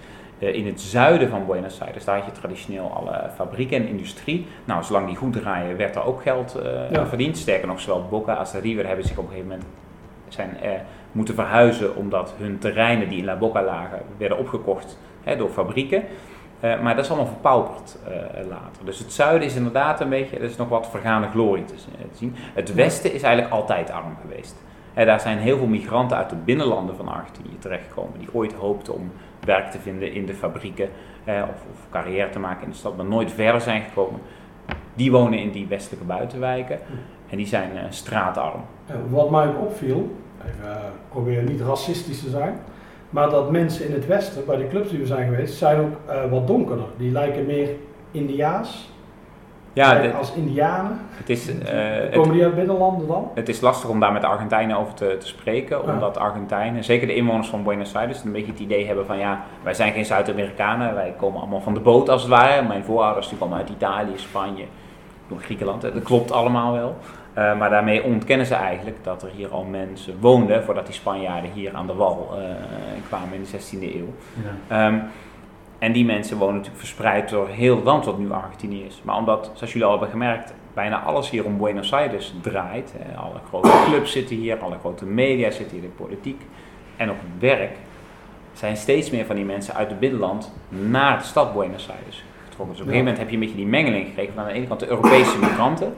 Uh, in het zuiden van Buenos Aires, daar had je traditioneel alle fabrieken en industrie. Nou, zolang die goed draaien, werd er ook geld uh, ja. verdiend. Sterker nog, zowel Boca als de River hebben zich op een gegeven moment zijn, uh, moeten verhuizen, omdat hun terreinen die in La Boca lagen, werden opgekocht hè, door fabrieken. Uh, maar dat is allemaal verpauperd uh, later. Dus het zuiden is inderdaad een beetje, er is nog wat vergane glorie te, uh, te zien. Het westen is eigenlijk altijd arm geweest. Uh, daar zijn heel veel migranten uit de binnenlanden van Argentinië terechtgekomen, die ooit hoopten om werk te vinden in de fabrieken uh, of, of carrière te maken in de stad, maar nooit verder zijn gekomen. Die wonen in die westelijke buitenwijken en die zijn uh, straatarm. Wat mij ook opviel, even uh, proberen niet racistisch te zijn, maar dat mensen in het westen, bij de clubs die we zijn geweest, zijn ook uh, wat donkerder. Die lijken meer Indiaas, ja, de, als Indianen. Het is, uh, Komen het, die uit binnenlanden dan? Het is lastig om daar met de Argentijnen over te, te spreken, ja. Omdat Argentijnen, zeker de inwoners van Buenos Aires, een beetje het idee hebben van ja, wij zijn geen Zuid-Amerikanen, wij komen allemaal van de boot als het ware. Mijn voorouders die komen uit Italië, Spanje, Griekenland, dat klopt allemaal wel. Uh, maar daarmee ontkennen ze eigenlijk dat er hier al mensen woonden voordat die Spanjaarden hier aan de wal uh, kwamen in de zestiende eeuw. Ja. Um, en die mensen wonen natuurlijk verspreid door heel het land wat nu Argentinië is. Maar omdat, zoals jullie al hebben gemerkt, bijna alles hier om Buenos Aires draait. Hè, alle grote clubs zitten hier, alle grote media zitten hier, de politiek en ook het werk. Zijn steeds meer van die mensen uit het binnenland naar de stad Buenos Aires getrokken. Dus op een gegeven moment heb je een beetje die mengeling gekregen van aan de ene kant de Europese migranten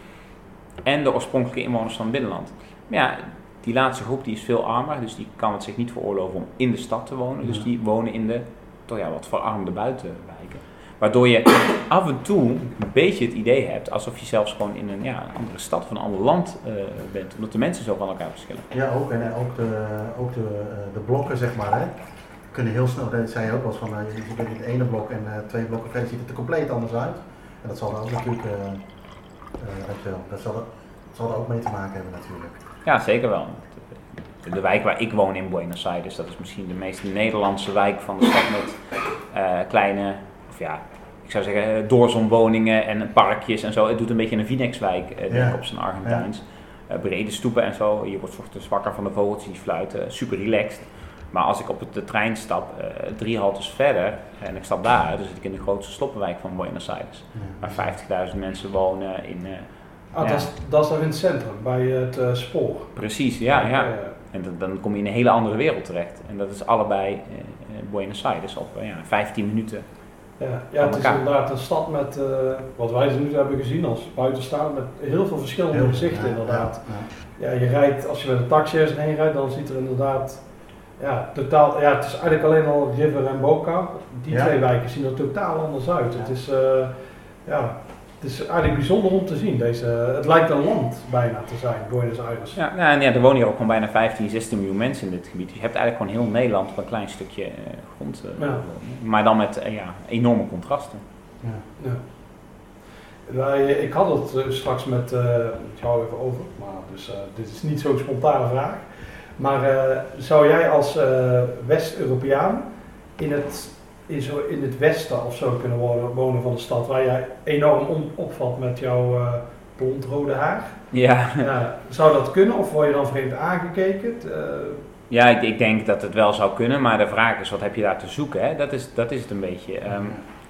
en de oorspronkelijke inwoners van het binnenland. Maar ja, die laatste groep die is veel armer, dus die kan het zich niet veroorloven om in de stad te wonen. Dus die wonen in de toch ja, wat verarmde buitenwijken. Waardoor je af en toe een beetje het idee hebt alsof je zelfs gewoon in een, ja, een andere stad of een ander land uh, bent. Omdat de mensen zo van elkaar verschillen. Ja, ook. En ook de, ook de, uh, de blokken, zeg maar, hè, kunnen heel snel, dat zei je ook wel eens van, uh, je ziet in het ene blok en uh, twee blokken verder ziet het er compleet anders uit. En dat zal er ook natuurlijk, uh, uh, dat zal er, dat zal er ook mee te maken hebben natuurlijk. Ja, zeker wel. De wijk waar ik woon in Buenos Aires, dat is misschien de meest Nederlandse wijk van de stad met uh, kleine, of ja, ik zou zeggen doorzonwoningen en parkjes en zo. Het doet een beetje een Vinex-wijk, uh, denk ik, ja. Op zijn Argentijns. Ja. Uh, brede stoepen en zo, je wordt 's ochtends wakker van de vogeltjes die fluiten, super relaxed. Maar als ik op de trein stap, uh, drie haltes verder, en ik stap daar, dan zit ik in de grootste sloppenwijk van Buenos Aires. Ja. Waar vijftigduizend mensen wonen in... Uh, ah, ja. dat, is, dat is daar in het centrum, bij het uh, spoor. Precies, ja, ja. ja. En dan, dan kom je in een hele andere wereld terecht. En dat is allebei uh, Buenos Aires op uh, ja, vijftien minuten. Ja, ja het is inderdaad een stad met, uh, wat wij nu hebben gezien als buitenstaander, met heel veel verschillende heel, gezichten ja, inderdaad. Ja, ja. Ja, je rijdt, als je met een taxi ergens heen rijdt, dan ziet er inderdaad, ja, totaal, ja, het is eigenlijk alleen al River en Boca. Die ja. twee wijken zien er totaal anders uit. Ja. Het is, uh, ja... Het is eigenlijk bijzonder om te zien. Deze, het lijkt een land bijna te zijn, Buenos Aires. Ja, ja, en ja, er wonen hier ook gewoon bijna vijftien, zestien miljoen mensen in dit gebied. Dus je hebt eigenlijk gewoon heel Nederland op een klein stukje uh, grond. Uh, ja. Maar dan met uh, ja, enorme contrasten. Ja. Ja. Wij, ik had het uh, straks met uh, jou even over, maar dus, uh, dit is niet zo'n spontane vraag. Maar uh, zou jij als uh, West-Europeaan in het... In, zo in het westen of zo kunnen wonen, wonen van de stad, waar jij enorm on, opvalt met jouw uh, blond-rode haar. Ja. Ja. Zou dat kunnen of word je dan vreemd aangekeken? Uh, ja, ik, ik denk dat het wel zou kunnen, maar de vraag is, wat heb je daar te zoeken? Hè? Dat, is, dat is het een beetje. Um,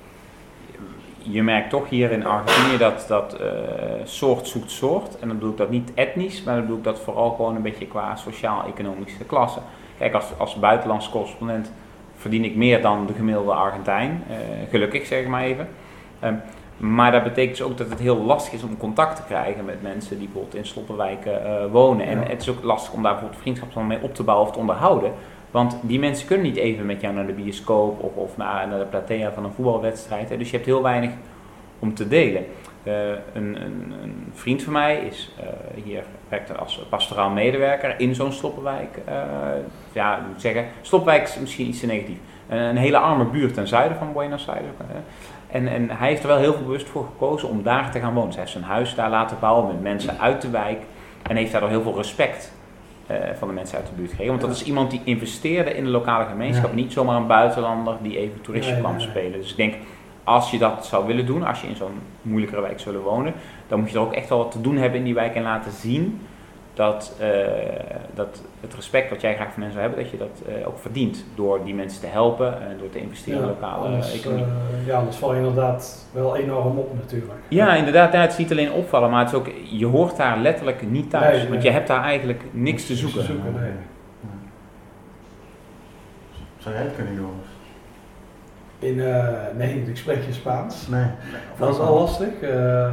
je merkt toch hier in Argentinië dat, dat uh, soort zoekt soort. En dan bedoel ik dat niet etnisch, maar dan bedoel ik dat vooral gewoon een beetje qua sociaal-economische klasse. Kijk, als, als buitenlands correspondent verdien ik meer dan de gemiddelde Argentijn, uh, gelukkig zeg ik maar even. Um, maar dat betekent dus ook dat het heel lastig is om contact te krijgen met mensen die bijvoorbeeld in sloppenwijken uh, wonen. Ja. En het is ook lastig om daar bijvoorbeeld vriendschapsbanden mee op te bouwen of te onderhouden. Want die mensen kunnen niet even met jou naar de bioscoop of, of naar, naar de platea van een voetbalwedstrijd. Hè. Dus je hebt heel weinig om te delen. Uh, een, een, een vriend van mij is uh, hier werkt als pastoraal medewerker in zo'n sloppenwijk. Uh, ja, moet ik zeggen, sloppenwijk is misschien iets te negatief. Uh, een hele arme buurt ten zuiden van Buenos Aires. Uh, en, en hij heeft er wel heel veel bewust voor gekozen om daar te gaan wonen. Dus hij heeft zijn huis daar laten bouwen met mensen uit de wijk. En heeft daardoor heel veel respect uh, van de mensen uit de buurt gekregen. Want dat is iemand die investeerde in de lokale gemeenschap. Ja. Niet zomaar een buitenlander die even toeristje nee, kwam nee, spelen. Dus ik denk, als je dat zou willen doen, als je in zo'n moeilijkere wijk zou willen wonen, dan moet je er ook echt wel wat te doen hebben in die wijk en laten zien dat, uh, dat het respect wat jij graag van hen zou hebben, dat je dat uh, ook verdient door die mensen te helpen en door te investeren in Ja, lokale anders, economie. Uh, ja, anders val je inderdaad wel enorm op natuurlijk. Ja, inderdaad, ja, het is niet alleen opvallen, maar het is ook, je hoort daar letterlijk niet thuis, nee, want nee. je hebt daar eigenlijk niks te zoeken. Te zoeken nee. Ja. Zou jij het kunnen, Joris? In, uh, nee, ik spreek geen Spaans. Nee. Dat is al lastig. Uh,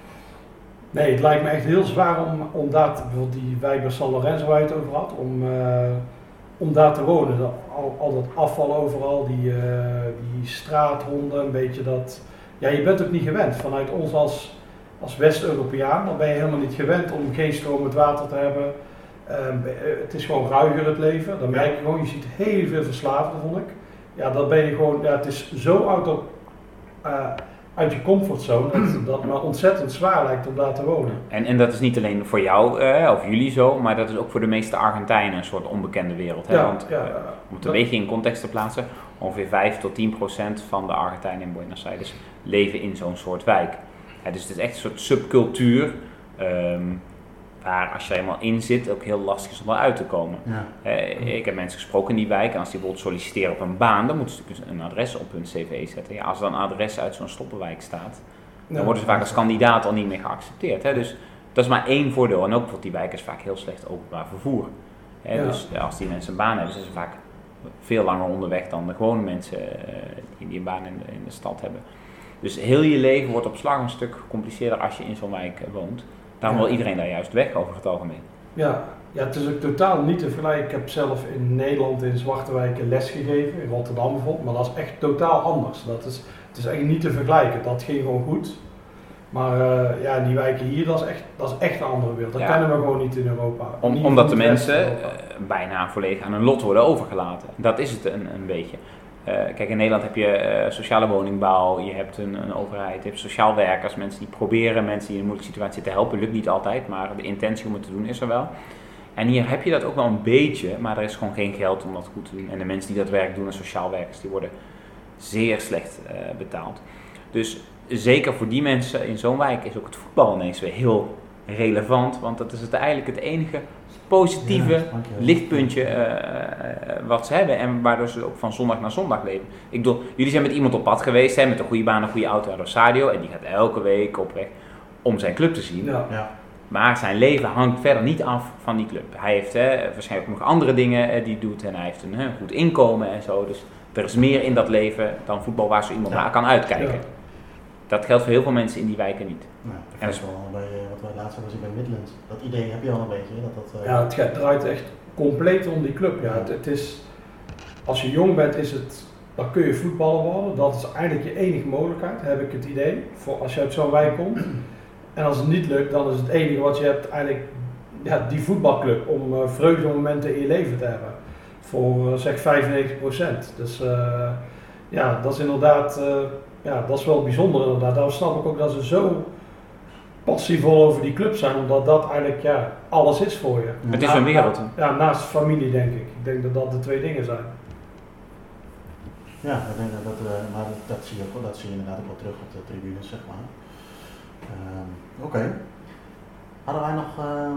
nee, het lijkt me echt heel zwaar om, om daar, te, bijvoorbeeld die wijk bij San Lorenzo waar je het over had, om, uh, om daar te wonen. Dat, al, al dat afval overal, die, uh, die straathonden, een beetje dat... Ja, je bent ook niet gewend. Vanuit ons als, als West-Europeaan, dan ben je helemaal niet gewend om geen stromend water te hebben. Uh, het is gewoon ruiger het leven. Dan merk je gewoon, je ziet heel veel verslaafden, vond ik. Ja, dan ben je gewoon, ja, het is zo uit, op, uh, uit je comfortzone dat, dat het me ontzettend zwaar lijkt om daar te wonen. En, en dat is niet alleen voor jou uh, of jullie zo, maar dat is ook voor de meeste Argentijnen een soort onbekende wereld. Hè? Ja, Want ja, uh, om het een beetje in context te plaatsen, ongeveer vijf tot tien procent van de Argentijnen in Buenos Aires leven in zo'n soort wijk. Ja, dus het is echt een soort subcultuur. Um, waar als je er eenmaal in zit ook heel lastig is om eruit te komen. Ja. Uh, ik heb mensen gesproken in die wijk en als die bijvoorbeeld solliciteren op een baan, dan moeten ze dus een adres op hun cv zetten. Ja, als er een adres uit zo'n sloppenwijk staat, dan ja. worden ze vaak als kandidaat al niet meer geaccepteerd. Hè? Dus dat is maar één voordeel. En ook bijvoorbeeld die wijk is vaak heel slecht openbaar vervoer. Hè? Ja. Dus als die mensen een baan hebben, zijn ze vaak veel langer onderweg dan de gewone mensen uh, die, die een baan in de, in de stad hebben. Dus heel je leven wordt op slag een stuk gecompliceerder als je in zo'n wijk uh, woont. Daarom wil iedereen daar juist weg over het algemeen. Ja, ja, het is ook totaal niet te vergelijken. Ik heb zelf in Nederland in zwarte wijken les gegeven, in Rotterdam bijvoorbeeld, maar dat is echt totaal anders. Dat is, het is eigenlijk niet te vergelijken. Dat ging gewoon goed. Maar uh, ja, die wijken hier, dat is echt, dat is echt een andere wereld. Dat ja. kennen we gewoon niet in Europa. Om, niet omdat de mensen uh, bijna volledig aan hun lot worden overgelaten. Dat is het een, een beetje. Uh, kijk, in Nederland heb je uh, sociale woningbouw, je hebt een, een overheid, je hebt sociaal werkers, mensen die proberen mensen die in een moeilijke situatie te helpen. Lukt niet altijd, maar de intentie om het te doen is er wel. En hier heb je dat ook wel een beetje, maar er is gewoon geen geld om dat goed te doen. En de mensen die dat werk doen, de sociaal werkers, die worden zeer slecht uh, betaald. Dus zeker voor die mensen in zo'n wijk is ook het voetbal ineens weer heel relevant, want dat is het eigenlijk het enige positieve ja, lichtpuntje uh, uh, wat ze hebben en waardoor ze ook van zondag naar zondag leven. Ik bedoel, jullie zijn met iemand op pad geweest, hè, met een goede baan, een goede auto naar Rosario en die gaat elke week op weg om zijn club te zien. Ja. Ja. Maar zijn leven hangt verder niet af van die club. Hij heeft hè, waarschijnlijk ook nog andere dingen uh, die hij doet en hij heeft een hè, goed inkomen en zo. Dus er is meer in dat leven dan voetbal waar zo iemand ja. naar kan uitkijken. Ja. Dat geldt voor heel veel mensen in die wijken niet. Nou, dat is wel bij wat wij laatst hebben gezien bij Midlands. Dat idee heb je al een beetje. Dat dat, uh... Ja, het gaat, draait echt compleet om die club. Ja, het, het is, als je jong bent, is het, dan kun je voetballer worden. Dat is eigenlijk je enige mogelijkheid, heb ik het idee. Voor als je uit zo'n wijk komt. En als het niet lukt, dan is het enige wat je hebt eigenlijk ja, die voetbalclub. Om uh, vreugdemomenten in je leven te hebben. Voor uh, zeg vijfennegentig procent. Dus uh, ja, dat is inderdaad... Uh, Ja, dat is wel bijzonder inderdaad. Daarom snap ik ook dat ze zo passievol over die club zijn, omdat dat eigenlijk ja, alles is voor je. Het is een wereld. Ja, naast familie denk ik. Ik denk dat dat de twee dingen zijn. Ja, ik denk dat, dat, uh, maar dat zie je ook wel. Dat zie je inderdaad ook wel terug op de tribunes, zeg maar. Uh, Oké. Okay. Hadden wij nog uh,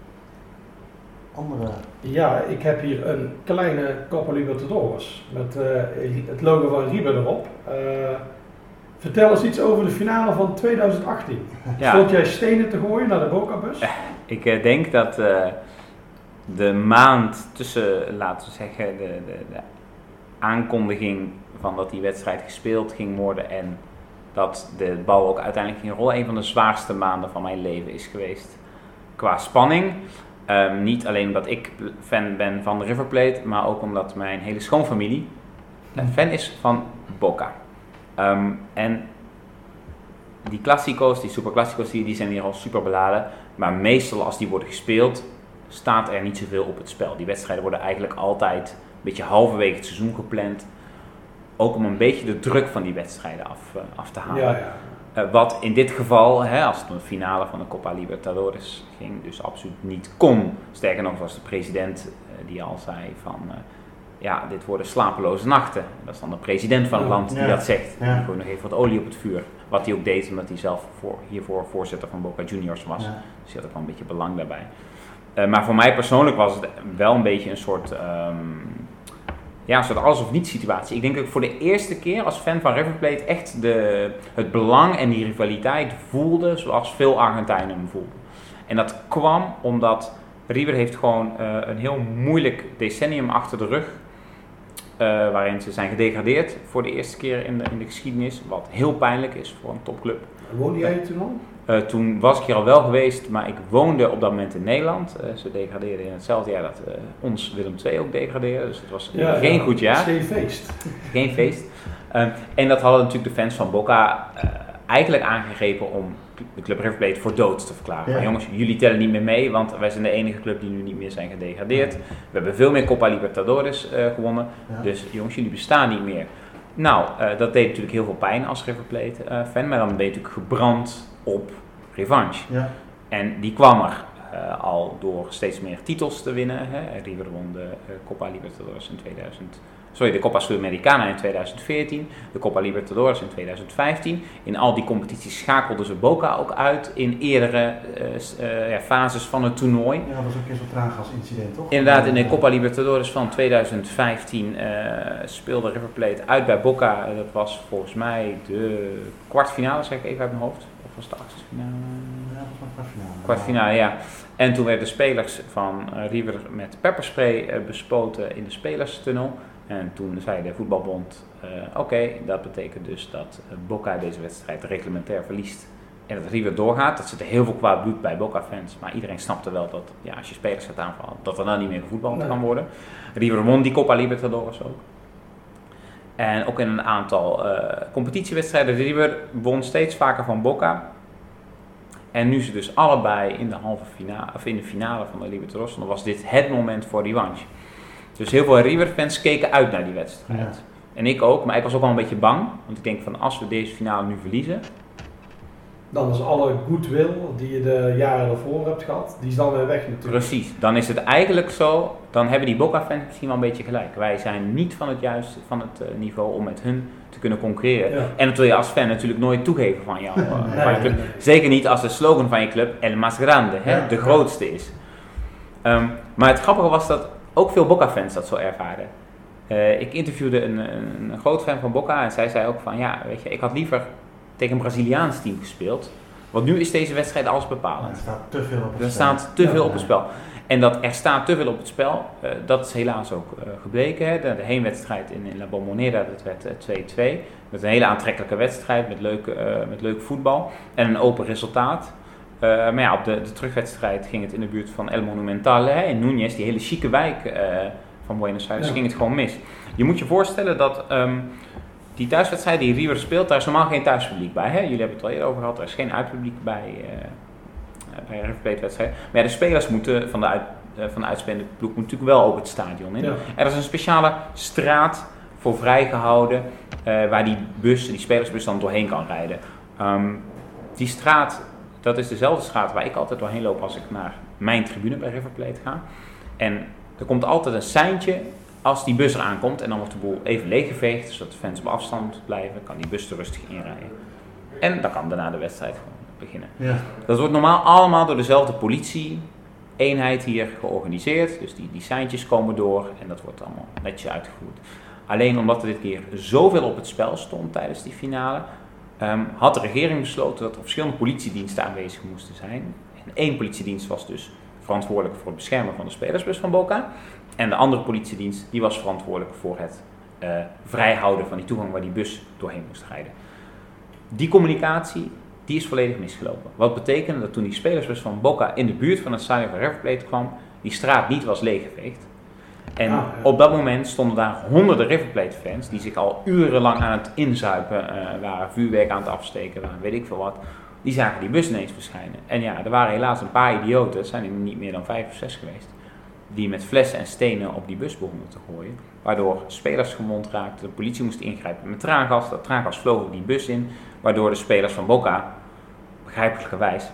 andere... Ja, ik heb hier een kleine Copa Libertadores met uh, het logo van River erop. Uh, Vertel eens iets over de finale van twintig achttien. Ja. Stond jij stenen te gooien naar de Boca-bus? Ik uh, denk dat uh, de maand tussen, laten we zeggen, de, de, de aankondiging van dat die wedstrijd gespeeld ging worden en dat de bal ook uiteindelijk ging rollen, een van de zwaarste maanden van mijn leven is geweest. Qua spanning. Um, niet alleen omdat ik fan ben van River Plate, maar ook omdat mijn hele schoonfamilie een fan is van Boca. Um, en die klassico's, die superklassico's, die, die zijn hier al super beladen. Maar meestal als die worden gespeeld, staat er niet zoveel op het spel. Die wedstrijden worden eigenlijk altijd een beetje halverwege het seizoen gepland. Ook om een beetje de druk van die wedstrijden af, uh, af te halen. Ja, ja. Uh, wat in dit geval, hè, als het om de finale van de Copa Libertadores ging, dus absoluut niet kon. Sterker nog was de president uh, die al zei van... Uh, ja, dit worden slapeloze nachten. Dat is dan de president van het land die ja. dat zegt. Ja. Die gooit nog even wat olie op het vuur. Wat hij ook deed, omdat hij zelf voor, hiervoor voorzitter van Boca Juniors was. Ja. Dus hij had ook wel een beetje belang daarbij. Uh, maar voor mij persoonlijk was het wel een beetje een soort, um, ja, een soort alles of niets situatie. Ik denk dat ik voor de eerste keer als fan van River Plate echt de, het belang en die rivaliteit voelde zoals veel Argentijnen hem voelden. En dat kwam omdat River heeft gewoon uh, een heel moeilijk decennium achter de rug. Uh, waarin ze zijn gedegradeerd voor de eerste keer in de, in de geschiedenis. Wat heel pijnlijk is voor een topclub. Woonde jij toen al? Uh, toen was ik hier al wel geweest, maar ik woonde op dat moment in Nederland. Uh, ze degradeerden in hetzelfde jaar dat uh, ons Willem twee ook degradeerde. Dus het was ja, geen ja, goed jaar. Geen feest. Geen feest. Uh, en dat hadden natuurlijk de fans van Boca uh, eigenlijk aangegrepen om de club River Plate voor dood te verklaren. Ja. Maar jongens, jullie tellen niet meer mee, want wij zijn de enige club die nu niet meer zijn gedegradeerd. We hebben veel meer Copa Libertadores uh, gewonnen. Ja. Dus jongens, jullie bestaan niet meer. Nou, uh, dat deed natuurlijk heel veel pijn als River Plate uh, fan, maar dan ben je natuurlijk gebrand op revanche. Ja. En die kwam er uh, al door steeds meer titels te winnen. Hè. River won de uh, Copa Libertadores in tweeduizend. Sorry, de Copa Sudamericana in tweeduizend veertien, de Copa Libertadores in tweeduizend vijftien. In al die competities schakelden ze Boca ook uit in eerdere uh, uh, ja, fases van het toernooi. Ja, dat was ook een zo traag als incident, toch? Inderdaad, in de Copa Libertadores van tweeduizend vijftien uh, speelde River Plate uit bij Boca. Dat was volgens mij de kwartfinale, zeg ik even uit mijn hoofd. Of was het de achtste finale? Ja, dat was een kwartfinale. Kwartfinale, ja. En toen werden de spelers van uh, River met pepperspray uh, bespoten in de spelerstunnel. En toen zei de voetbalbond, uh, oké, okay, dat betekent dus dat uh, Boca deze wedstrijd reglementair verliest en dat River doorgaat. Dat zit er heel veel kwaad bloed bij Boca-fans, maar iedereen snapte wel dat ja, als je spelers gaat aanvallen, dat er dan niet meer gevoetbald nee. kan worden. River won die Copa Libertadores ook. En ook in een aantal uh, competitiewedstrijden. River won steeds vaker van Boca. En nu ze dus allebei in de halve finale, of in de finale van de Libertadores, dan was dit het moment voor revanche. Dus heel veel River-fans keken uit naar die wedstrijd. Ja. En ik ook, maar ik was ook wel een beetje bang. Want ik denk van als we deze finale nu verliezen... Dan is alle goodwill die je de jaren ervoor hebt gehad, die is dan weer weg natuurlijk. Precies, dan is het eigenlijk zo, dan hebben die Boca-fans misschien wel een beetje gelijk. Wij zijn niet van het juiste, van het uh, niveau om met hun te kunnen concurreren. Ja. En dat wil je als fan natuurlijk nooit toegeven van, jou, uh, nee, van je club. Nee, nee. Zeker niet als de slogan van je club El Más Grande, hè, ja, de grootste ja. is. Um, maar het grappige was dat ook veel Boca-fans dat zo ervaren. Uh, ik interviewde een, een, een groot fan van Boca en zij zei ook van, ja, weet je, ik had liever tegen een Braziliaans team gespeeld, want nu is deze wedstrijd alles bepalend. Er staat te veel op het spel. Er staat te veel op het spel. En dat er staat te veel op het spel, uh, dat is helaas ook uh, gebleken. Hè. De, de heenwedstrijd in, in La Bombonera, dat werd uh, twee-twee. Met een hele aantrekkelijke wedstrijd, met leuk, uh, met leuk voetbal en een open resultaat. Uh, maar ja, op de, de terugwedstrijd ging het in de buurt van El Monumental, hè, in Núñez, die hele chique wijk uh, van Buenos Aires, ja. ging het gewoon mis. Je moet je voorstellen dat um, die thuiswedstrijd die River speelt, daar is normaal geen thuispubliek bij. Hè? Jullie hebben het al eerder over gehad, er is geen uitpubliek bij, uh, bij een River Plate wedstrijd. Maar ja, de spelers moeten van de, uit, uh, van de uitspelende ploeg moeten natuurlijk wel ook het stadion in. Ja. Er is een speciale straat voor vrijgehouden uh, waar die bus, die spelersbus dan doorheen kan rijden. Um, die straat, dat is dezelfde straat waar ik altijd doorheen loop als ik naar mijn tribune bij River Plate ga. En er komt altijd een seintje als die bus eraan komt en dan wordt de boel even leeggeveegd, zodat de fans op afstand blijven, kan die bus er rustig inrijden. En dan kan daarna de wedstrijd gewoon beginnen. Ja. Dat wordt normaal allemaal door dezelfde politie-eenheid hier georganiseerd, dus die, die seintjes komen door en dat wordt allemaal netjes uitgevoerd. Alleen omdat er dit keer zoveel op het spel stond tijdens die finale, um, had de regering besloten dat er verschillende politiediensten aanwezig moesten zijn. En één politiedienst was dus verantwoordelijk voor het beschermen van de spelersbus van Boca. En de andere politiedienst die was verantwoordelijk voor het uh, vrijhouden van die toegang waar die bus doorheen moest rijden. Die communicatie die is volledig misgelopen. Wat betekende dat toen die spelersbus van Boca in de buurt van het stadion van River Plate kwam, die straat niet was leeggeveegd. En ah, ja. op dat moment stonden daar honderden River Plate fans die zich al urenlang aan het inzuipen uh, waren, vuurwerk aan het afsteken waren, weet ik veel wat. Die zagen die bus ineens verschijnen. En ja, er waren helaas een paar idioten, het zijn er niet meer dan vijf of zes geweest, die met flessen en stenen op die bus begonnen te gooien. Waardoor spelers gewond raakten, de politie moest ingrijpen met traangas. Dat traangas vloog die bus in, waardoor de spelers van Boca, begrijpelijkerwijs,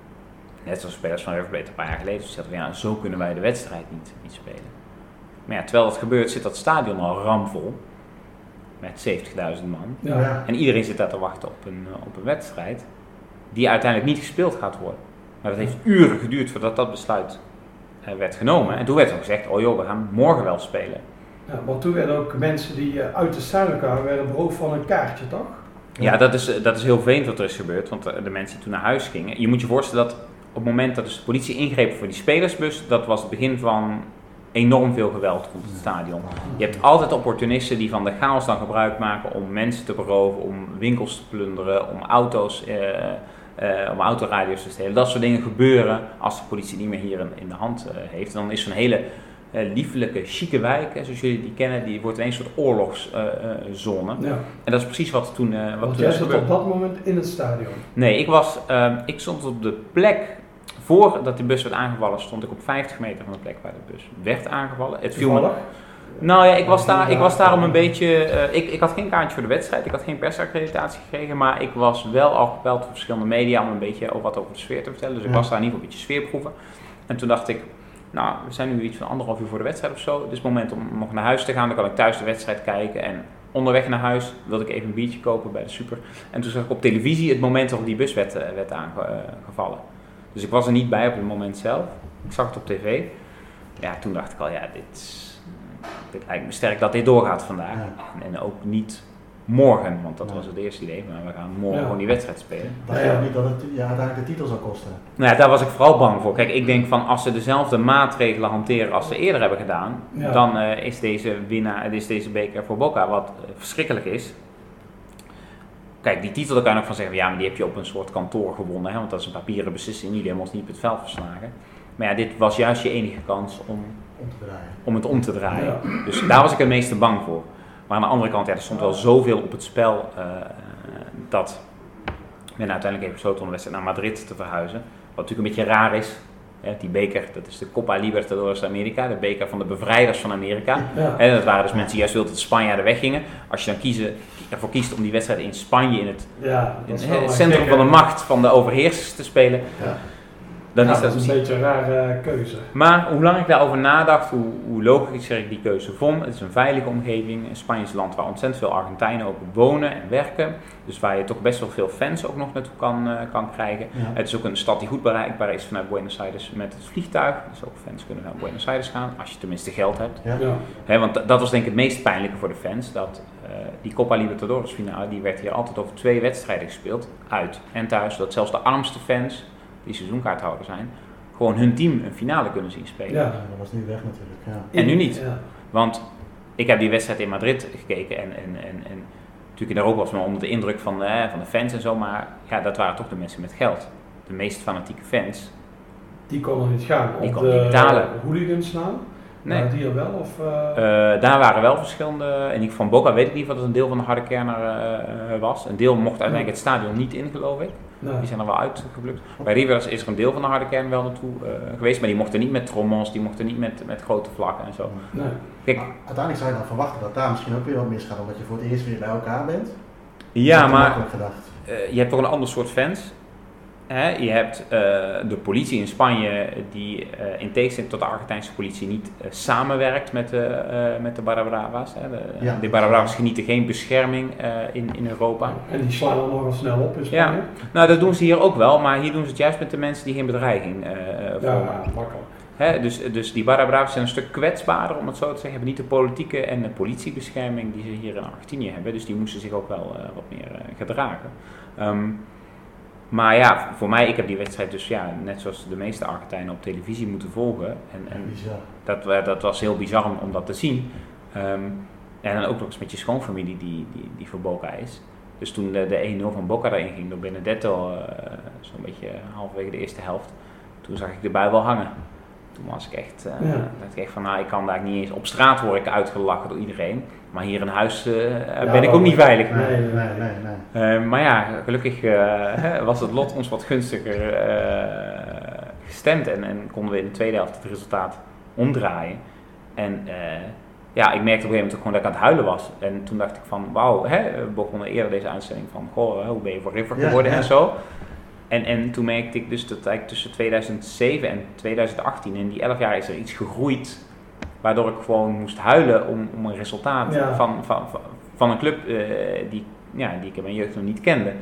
net zoals spelers van River Plate een paar jaar geleden, zeiden van ja, zo kunnen wij de wedstrijd niet, niet spelen. Maar ja, terwijl dat gebeurt zit dat stadion al ramvol, met zeventigduizend man. Ja. En iedereen zit daar te wachten op een, op een wedstrijd, die uiteindelijk niet gespeeld gaat worden. Maar dat heeft uren geduurd voordat dat besluit uh, werd genomen. En toen werd ook gezegd, oh joh, we gaan morgen wel spelen. Ja, maar toen werden ook mensen die uh, uit de stadion kwamen, werden beroofd van een kaartje, toch? Ja, dat is, dat is heel vreemd wat er is gebeurd, want de mensen die toen naar huis gingen. Je moet je voorstellen dat op het moment dat dus de politie ingreep voor die spelersbus, dat was het begin van enorm veel geweld rond het stadion. Je hebt altijd opportunisten die van de chaos dan gebruik maken om mensen te beroven, om winkels te plunderen, om auto's, eh, eh, om autoradio's te stelen. Dat soort dingen gebeuren als de politie niet meer hier in, in de hand uh, heeft. En dan is zo'n hele uh, liefelijke, chique wijk, hè, zoals jullie die kennen, die wordt ineens een soort oorlogszone. Uh, uh, ja. En dat is precies wat toen uh, wat Want toen jij is zat gebeurd. op dat moment in het stadion? Nee, ik, was, uh, ik stond op de plek. Voordat de bus werd aangevallen, stond ik op vijftig meter van de plek waar de bus werd aangevallen. Het viel me... Nou ja, ik was daar, ik was daar om een beetje... Uh, ik, ik had geen kaartje voor de wedstrijd, ik had geen persaccreditatie gekregen, maar ik was wel al gebeld door verschillende media om een beetje over wat over de sfeer te vertellen. Dus ik was daar in ieder geval een beetje sfeerproeven. En toen dacht ik, nou, we zijn nu iets van anderhalf uur voor de wedstrijd of zo. Het is het moment om nog naar huis te gaan, dan kan ik thuis de wedstrijd kijken. En onderweg naar huis wilde ik even een biertje kopen bij de Super. En toen zag ik op televisie het moment waarop die bus werd, uh, werd aangevallen. Dus ik was er niet bij op het moment zelf. Ik zag het op tv. Ja, toen dacht ik al, ja, dit, dit lijkt me sterk dat dit doorgaat vandaag. Ja. En, en ook niet morgen, want dat ja. was het eerste idee. Maar we gaan morgen ja. gewoon die wedstrijd spelen. Dacht je ook niet dat het ja, uiteindelijk de titel zou kosten? Nou ja, daar was ik vooral bang voor. Kijk, ik denk van als ze dezelfde maatregelen hanteren als ze eerder hebben gedaan, ja. dan uh, is deze winnaar, is deze beker voor Boca wat uh, verschrikkelijk is. Kijk, die titel, daar kan je ook van zeggen, ja, maar die heb je op een soort kantoor gewonnen, hè, want dat is een papieren beslissing, jullie hebben ons niet op het veld verslagen. Maar ja, dit was juist je enige kans om, om, te draaien. om het om te draaien. Ja. Dus daar was ik het meeste bang voor. Maar aan de andere kant, ja, er stond wel zoveel op het spel uh, dat men uiteindelijk heeft besloten om de wedstrijd naar Madrid te verhuizen. Wat natuurlijk een beetje raar is. Ja, die beker, dat is de Copa Libertadores Amerika, de beker van de bevrijders van Amerika. Ja. En dat waren dus mensen die juist wilden dat de Spanjaarden weggingen. Als je dan kiezen, ervoor kiest om die wedstrijd in Spanje, in het, ja, in het centrum van de macht van de overheersers te spelen, ja. dan ja, is dat, dat is een beetje een rare keuze. Maar hoe lang ik daarover nadacht, hoe, hoe logischer ik die keuze vond. Het is een veilige omgeving, een Spanje land waar ontzettend veel Argentijnen ook wonen en werken. Dus waar je toch best wel veel fans ook nog naartoe kan, uh, kan krijgen. Ja. Het is ook een stad die goed bereikbaar is vanuit Buenos Aires met het vliegtuig. Dus ook fans kunnen naar Buenos Aires gaan, als je tenminste geld hebt. Ja. Ja. He, want dat was denk ik het meest pijnlijke voor de fans. Dat uh, die Copa Libertadores finale, die werd hier altijd over twee wedstrijden gespeeld. Uit en thuis. Dat zelfs de armste fans, die seizoenkaarthouder zijn, gewoon hun team een finale kunnen zien spelen. Ja, dat was nu weg natuurlijk. Ja. En nu niet. Ja. Want ik heb die wedstrijd in Madrid gekeken en, en, en, en natuurlijk in Europa was men onder de indruk van, eh, van de fans en zo, maar ja, dat waren toch de mensen met geld. De meest fanatieke fans. Die konden niet gaan. Die op konden de niet betalen. Hooligans naam? Nee. Uh, die er wel? Of, uh... Uh, daar waren wel verschillende, en ik van Boca weet ik niet wat het een deel van de harde kern uh, was. Een deel mocht uiteindelijk het stadion niet in, geloof ik. Nee. Die zijn er wel uitgeplukt. Bij Rivers is er een deel van de harde kern wel naartoe uh, geweest, maar die mochten niet met trommels, die mochten niet met, met grote vlakken en zo. Nee. Kijk, uiteindelijk zou je dan verwachten dat daar misschien ook weer wat misgaat, omdat je voor het eerst weer bij elkaar bent. Ja, maar uh, je hebt toch een ander soort fans. He, je hebt uh, de politie in Spanje die uh, in tegenstelling tot de Argentijnse politie niet uh, samenwerkt met de, uh, met de Barra Bravas. Hè. De, ja. de Barra Bravas genieten geen bescherming uh, in, in Europa. En die slaan dan nogal snel op in Spanje? Ja, nou dat doen ze hier ook wel, maar hier doen ze het juist met de mensen die geen bedreiging uh, vormen. Ja, makkelijk. He, dus, dus die Barra Bravas zijn een stuk kwetsbaarder, om het zo te zeggen. Hebben niet de politieke en de politiebescherming die ze hier in Argentinië hebben. Dus die moesten zich ook wel uh, wat meer uh, gedragen. Um, Maar ja, voor mij, ik heb die wedstrijd dus ja, net zoals de meeste Argentijnen op televisie moeten volgen. En, en dat, dat was heel bizar om, om dat te zien. Um, en dan ook nog eens met je schoonfamilie die, die, die voor Boca is. Dus toen de, de één nul van Boca erin ging door Benedetto, uh, zo'n beetje halverwege de eerste helft, toen zag ik de bui wel hangen. Toen was ik echt, uh, ja. dacht ik echt van, nou, ik kan daar niet eens, op straat word ik uitgelachen door iedereen. Maar hier in huis uh, ja, ben ik ook niet veilig. Nee, nee, nee. nee. Uh, maar ja, gelukkig uh, was het lot ons wat gunstiger uh, gestemd en, en konden we in de tweede helft het resultaat omdraaien. En uh, ja, ik merkte op een gegeven moment ook gewoon dat ik aan het huilen was. En toen dacht ik van, wauw, we begonnen eerder deze uitzending van, goh, hoe ben je voor River geworden ja, ja. en zo. En, en toen merkte ik dus dat eigenlijk tussen tweeduizend zeven en tweeduizend achttien, in die elf jaar is er iets gegroeid, waardoor ik gewoon moest huilen om, om een resultaat ja. van, van, van een club uh, die, ja, die ik in mijn jeugd nog niet kende.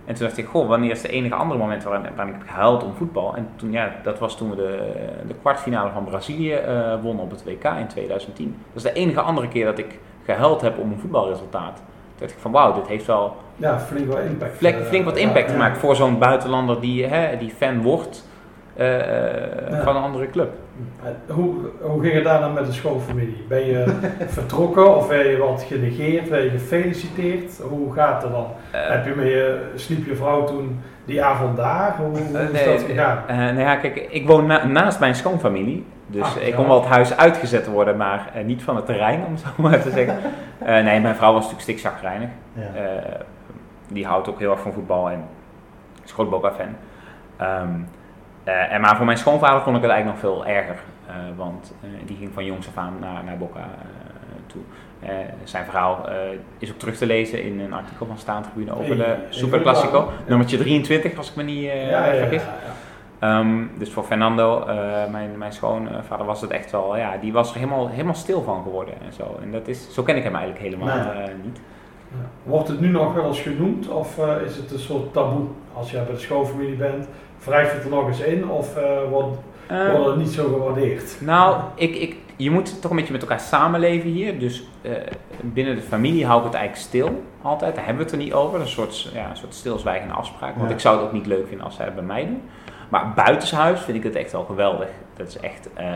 En toen dacht ik, goh, wanneer is de enige andere moment waarin, waarin ik heb gehuild om voetbal? En toen, ja, dat was toen we de, de kwartfinale van Brazilië uh, wonnen op het W K in tweeduizend tien. Dat is de enige andere keer dat ik gehuild heb om een voetbalresultaat. Toen dacht ik van, wauw, dit heeft wel... Ja, flink wat impact. Flink, flink wat impact uh, gemaakt ja. voor zo'n buitenlander die, hè, die fan wordt uh, uh, ja. van een andere club. Hoe, hoe ging het daar dan met de schoonfamilie? Ben je vertrokken of ben je wat genegeerd? Ben je gefeliciteerd? Hoe gaat het dan? Uh, Heb je met je, sliep je vrouw toen die avond daar? Hoe, hoe is nee, dat gegaan? Uh, nou ja, kijk, ik woon na, naast mijn schoonfamilie. Dus ah, ik ja. kon wel het huis uitgezet worden, maar uh, niet van het terrein, om het zo maar te zeggen. Uh, nee, mijn vrouw was natuurlijk stikzakreinig. Ja. Uh, die houdt ook heel erg van voetbal en is groot Boca-fan. Um, uh, en maar voor mijn schoonvader vond ik het eigenlijk nog veel erger. Uh, want uh, die ging van jongs af aan naar, naar Boca uh, toe. Uh, zijn verhaal uh, is ook terug te lezen in een artikel van Staantribune over de Super Classico. Ja. Nummertje drieëntwintig, als ik me niet uh, ja, ja, vergis. Ja, ja. Um, dus voor Fernando, uh, mijn, mijn schoonvader, was het echt wel, ja, die was er helemaal, helemaal stil van geworden en zo. En dat is, zo ken ik hem eigenlijk helemaal nee. uh, niet. Ja. Wordt het nu nog wel eens genoemd of uh, is het een soort taboe? Als je bij de schoonfamilie bent, wrijft het er nog eens in of uh, wordt, uh, wordt het niet zo gewaardeerd? Nou, ik, ik, je moet toch een beetje met elkaar samenleven hier. Dus uh, binnen de familie hou ik het eigenlijk stil, altijd. Daar hebben we het er niet over. Een soort, ja, een soort stilzwijgende afspraak. Want ja. ik zou het ook niet leuk vinden als zij het bij mij doen. Maar buitenshuis vind ik het echt wel geweldig. Dat is echt... Uh,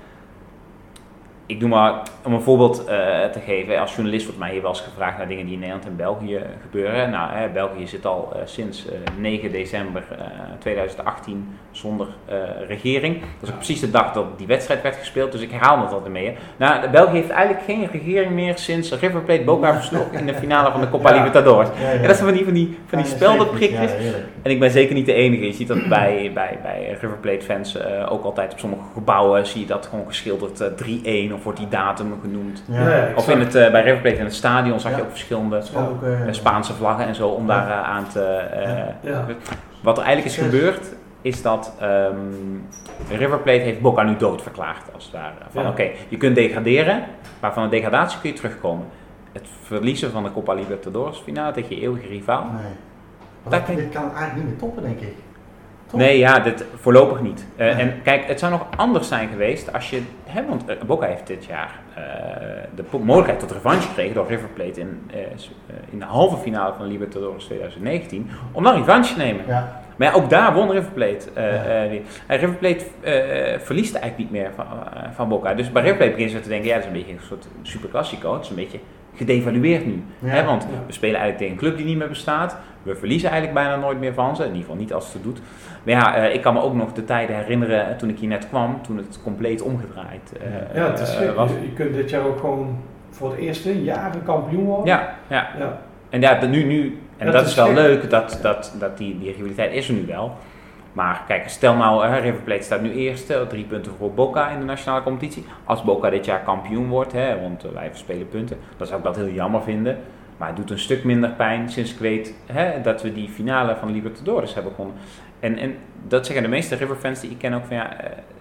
ik doe maar, om een voorbeeld uh, te geven, als journalist wordt mij hier wel eens gevraagd naar dingen die in Nederland en België gebeuren. Nou, hè, België zit al uh, sinds uh, negen december uh, tweeduizend achttien zonder uh, regering. Dat is ook precies de dag dat die wedstrijd werd gespeeld, dus ik herhaal dat altijd mee. Hè. Nou, België heeft eigenlijk geen regering meer sinds River Plate Boca versloeg in de finale van de Copa ja. Libertadores. Ja, ja. En dat zijn van die, van die, van die speldenprikjes. Ja, en ik ben zeker niet de enige. Je ziet dat bij, bij, bij River Plate fans uh, ook altijd op sommige gebouwen zie je dat gewoon geschilderd uh, drie-een. Of wordt die datum genoemd. Ja, ja, of in het, uh, bij River Plate in het stadion zag ja. je ook verschillende ook, uh, Spaanse vlaggen en zo om ja. daar uh, aan te... Uh, ja. Ja. Wat er eigenlijk is gebeurd, is dat um, River Plate heeft Boca nu dood verklaard. Als het ware. Van ja. oké, okay, je kunt degraderen, maar van de degradatie kun je terugkomen. Het verliezen van de Copa Libertadores finale tegen je eeuwige rivaal. Nee. Dat, dit kan eigenlijk niet meer toppen, denk ik. Toch? Nee, ja, dit, voorlopig niet. Uh, ja. En kijk, het zou nog anders zijn geweest als je... Hè, want uh, Boca heeft dit jaar uh, de po- mogelijkheid tot revanche gekregen door River Plate in, uh, in de halve finale van Libertadores twintig negentien om dan revanche te nemen. Ja. Maar ja, ook daar won River Plate uh, ja. uh, weer. En River Plate uh, verliest eigenlijk niet meer van, uh, van Boca. Dus bij River Plate beginnen ze te denken, ja, dat is een beetje een soort superclassico. Het is een beetje gedevalueerd nu. Ja. Hè, want ja. we spelen eigenlijk tegen een club die niet meer bestaat. We verliezen eigenlijk bijna nooit meer van ze. In ieder geval niet als het het doet. Maar ja, uh, ik kan me ook nog de tijden herinneren toen ik hier net kwam. Toen het compleet omgedraaid uh, ja, het is uh, was. Je, je kunt dit jaar ook gewoon voor het eerste jaren kampioen worden. Ja, ja. ja. En ja, nu, nu en ja, dat is, is wel gek. leuk, dat, dat, dat die, die rivaliteit is er nu wel. Maar kijk, stel nou, uh, River Plate staat nu eerste, drie punten voor Boca in de nationale competitie. Als Boca dit jaar kampioen wordt, hè, want uh, wij verspelen punten, dan zou ik dat heel jammer vinden. Maar het doet een stuk minder pijn sinds ik weet hè, dat we die finale van de Libertadores hebben gewonnen. En, en dat zeggen de meeste River-fans die ik ken ook van ja, uh,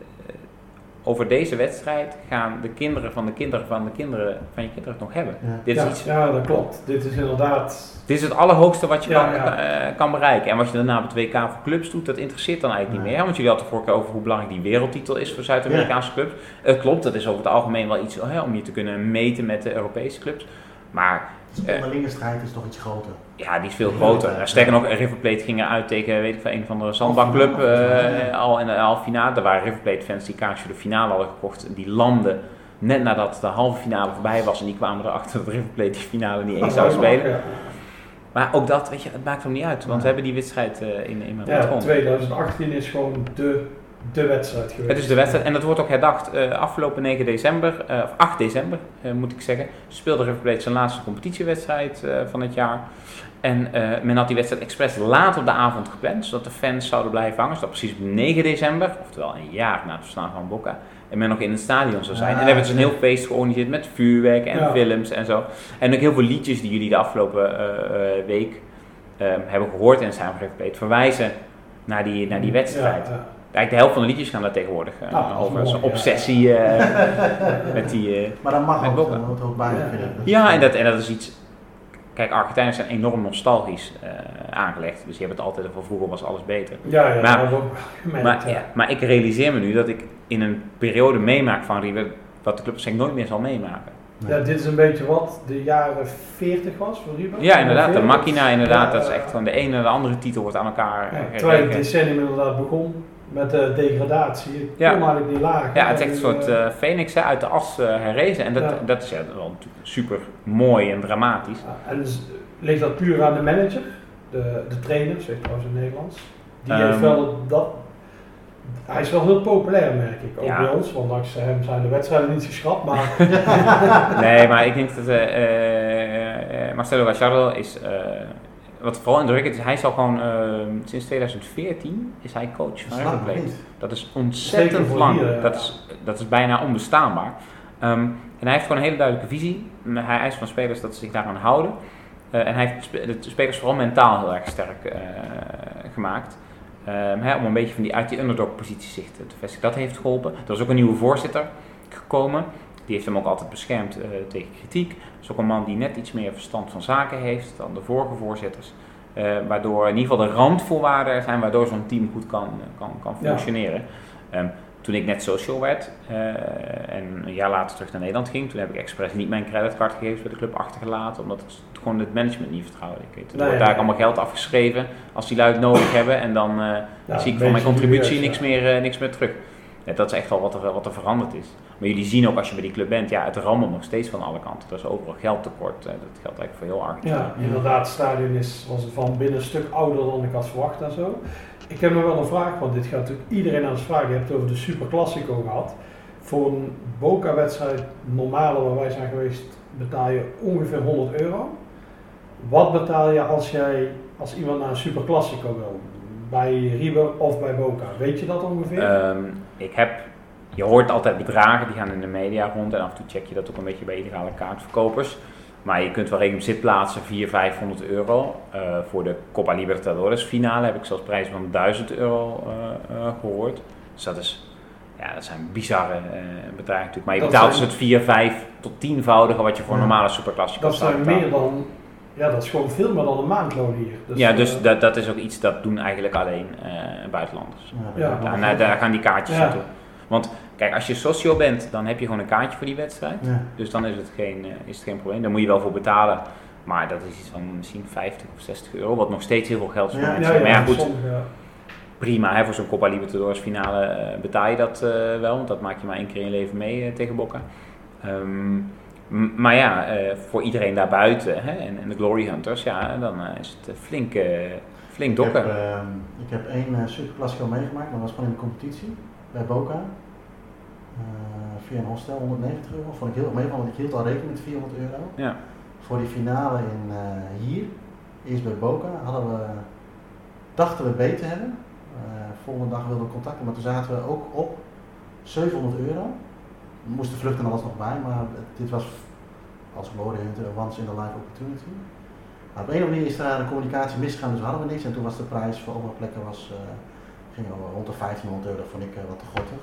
over deze wedstrijd gaan de kinderen van de kinderen van de kinderen van je kinderen het nog hebben. Ja, dit is ja, iets, ja dat klopt. Dit is inderdaad... Dit is het allerhoogste wat je ja, kan, ja. Uh, kan bereiken. En wat je daarna op het W K voor clubs doet, dat interesseert dan eigenlijk ja. niet meer. Want jullie hadden het vorige keer over hoe belangrijk die wereldtitel is voor Zuid-Amerikaanse ja. clubs. Het uh, klopt, dat is over het algemeen wel iets uh, om je te kunnen meten met de Europese clubs. Maar... De onderlinge strijd is toch iets groter? Ja, die is veel groter. Ja, sterker nog, River Plate ging uit tegen weet ik, een van de zandbakclub uh, al in de halve finale. Daar waren River Plate fans die kaartjes voor de finale hadden gekocht. Die landden net nadat de halve finale voorbij was. En die kwamen erachter dat River Plate die finale niet eens zou spelen. Ja. Maar ook dat, weet je, het maakt hem niet uit. Want we hebben die wedstrijd uh, in, in Madrid gewonnen. Ja, twintig achttien is gewoon de... De wedstrijd geweest. Het is de wedstrijd en dat wordt ook herdacht. Uh, afgelopen negen december, uh, of acht december uh, moet ik zeggen, speelde River Plate zijn laatste competitiewedstrijd uh, van het jaar. En uh, men had die wedstrijd expres laat op de avond gepland, zodat de fans zouden blijven hangen. Zodat precies op negen december, oftewel een jaar na het verslaan van Boca, en men nog in het stadion zou zijn. Ja, en hebben we dus een heel feest georganiseerd met vuurwerk en ja. films en zo. En ook heel veel liedjes die jullie de afgelopen uh, uh, week uh, hebben gehoord en zijn River Plate verwijzen naar die, naar die wedstrijd. Ja, ja. Eigenlijk de helft van de liedjes gaan daar tegenwoordig uh, nou, over zo'n obsessie uh, met die uh, maar dat mag ook, Boca. Dat ook bijna ja, ja, en dat, en dat is iets... kijk, Argentijnen zijn enorm nostalgisch uh, aangelegd. Dus je hebt het altijd over vroeger was alles beter. Ja, ja, maar, dat heb ik ook gemerkt, maar, ja. ja, maar ik realiseer me nu dat ik in een periode meemaak van River, wat de club waarschijnlijk nooit meer zal meemaken. Ja, dit is een beetje wat de jaren veertig was voor River. Ja, inderdaad. De Machina, inderdaad. Ja, dat is echt van de ene naar de andere titel wordt aan elkaar ja, uh, terwijl het decennium inderdaad begon met de degradatie. Het ja. kon eigenlijk niet laag. Ja, het is echt een soort uh, phoenix hè, uit de as uh, herrezen. En dat, ja. dat is ja, wel super mooi en dramatisch. Ja, en dus ligt dat puur aan de manager, de, de trainer, zegt trouwens in het Nederlands. Die um, heeft wel dat. Hij is wel heel populair, merk ik, ook ja. bij ons, want dankzij hem zijn de wedstrijden niet geschrapt, maar... nee, maar ik denk dat uh, uh, Marcelo Gallardo is, uh, wat vooral indrukwekkend is, hij is al gewoon, uh, sinds tweeduizend veertien is hij coach van River Plate. Dat is ontzettend lang, hier, dat, is, dat is bijna onbestaanbaar. Um, en hij heeft gewoon een hele duidelijke visie, hij eist van spelers dat ze zich daaraan houden. Uh, en hij heeft de spelers vooral mentaal heel erg sterk uh, gemaakt. Um, he, om een beetje van die uit die underdog positie zich te, te vestigen. Dat heeft geholpen. Er is ook een nieuwe voorzitter gekomen. Die heeft hem ook altijd beschermd uh, tegen kritiek. Dat is ook een man die net iets meer verstand van zaken heeft dan de vorige voorzitters. Uh, waardoor in ieder geval de randvoorwaarden er zijn waardoor zo'n team goed kan, kan, kan functioneren. Ja. Um, toen ik net social werd uh, en een jaar later terug naar Nederland ging, toen heb ik expres niet mijn creditcardgegevens bij de club achtergelaten, omdat het gewoon het management niet vertrouwde. Ik weet, er nee, wordt daar nee. allemaal geld afgeschreven als die lui het nodig hebben en dan uh, ja, zie ik van mijn contributie niks meer, uh, niks meer terug. Ja, dat is echt wel wat er, wat er veranderd is. Maar jullie zien ook als je bij die club bent, ja, het rammelt nog steeds van alle kanten. Er is overal geldtekort. Uh, dat geldt eigenlijk voor heel Argentinië. Ja, inderdaad, het stadion is, was van binnen een stuk ouder dan ik had verwacht en zo. Ik heb nog wel een vraag, want dit gaat natuurlijk iedereen aan het vragen. Je hebt het over de Super Classico gehad. Voor een Boca-wedstrijd, normale waar wij zijn geweest, betaal je ongeveer honderd euro. Wat betaal je als jij, als iemand naar een Super Classico wil? Bij River of bij Boca? Weet je dat ongeveer? Um, ik heb, je hoort altijd bedragen, die gaan in de media rond en af en toe check je dat ook een beetje bij illegale kaartverkopers. Maar je kunt wel rekenen op zitplaatsen vierhonderd, vijfhonderd euro. Uh, voor de Copa Libertadores finale heb ik zelfs prijzen van duizend euro uh, uh, gehoord. Dus dat is, ja, dat zijn bizarre uh, bedragen natuurlijk. Maar je dat betaalt dus het vier, vijf tot tienvoudige wat je voor een ja. normale superklassico dat zijn betalen. meer dan, ja, dat is gewoon veel meer dan een maandloon hier. Dus ja, dus uh, dat, dat is ook iets dat doen eigenlijk alleen uh, buitenlanders. Ja, ja, daar, daar, daar gaan die kaartjes naartoe. Ja. Want kijk, als je socio bent, dan heb je gewoon een kaartje voor die wedstrijd. Ja. Dus dan is het, geen, uh, is het geen probleem. Daar moet je wel voor betalen. Maar dat is iets van misschien vijftig of zestig euro, wat nog steeds heel veel geld is voor ja, mensen. Ja, ja, maar ja, goed, soms, ja. prima. Hè, voor zo'n Copa Libertadores finale uh, betaal je dat uh, wel. Want dat maak je maar één keer in je leven mee uh, tegen Boca. Um, m- maar ja, uh, voor iedereen daarbuiten hè, en, en de Glory Hunters, ja, dan uh, is het uh, flink, uh, flink dokken. Ik heb, uh, ik heb één uh, Super Classico meegemaakt, dat was gewoon in de competitie bij Boca. Uh, via een hostel, honderdnegentig euro, vond ik heel erg mee, want ik hield al rekening met vierhonderd euro. Ja. Voor die finale in, uh, hier, eerst bij Boca, hadden we, dachten we beter te hebben. Uh, volgende dag wilden we contacten, maar toen zaten we ook op zevenhonderd euro. We moesten vluchten en alles nog bij, maar dit was als Glory Hunter een once in a life opportunity. Maar op een of andere manier is daar de communicatie misgegaan, dus hadden we niks. En toen was de prijs voor alle plekken was, uh, ging rond de vijftienhonderd euro, vond ik uh, wat te gottig.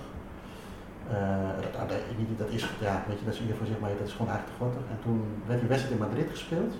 Uh, dat, dat, dat is, ja, weet je, dat is ieder voor zich, maar dat is gewoon eigenlijk te gottig. En toen werd die wedstrijd in Madrid gespeeld.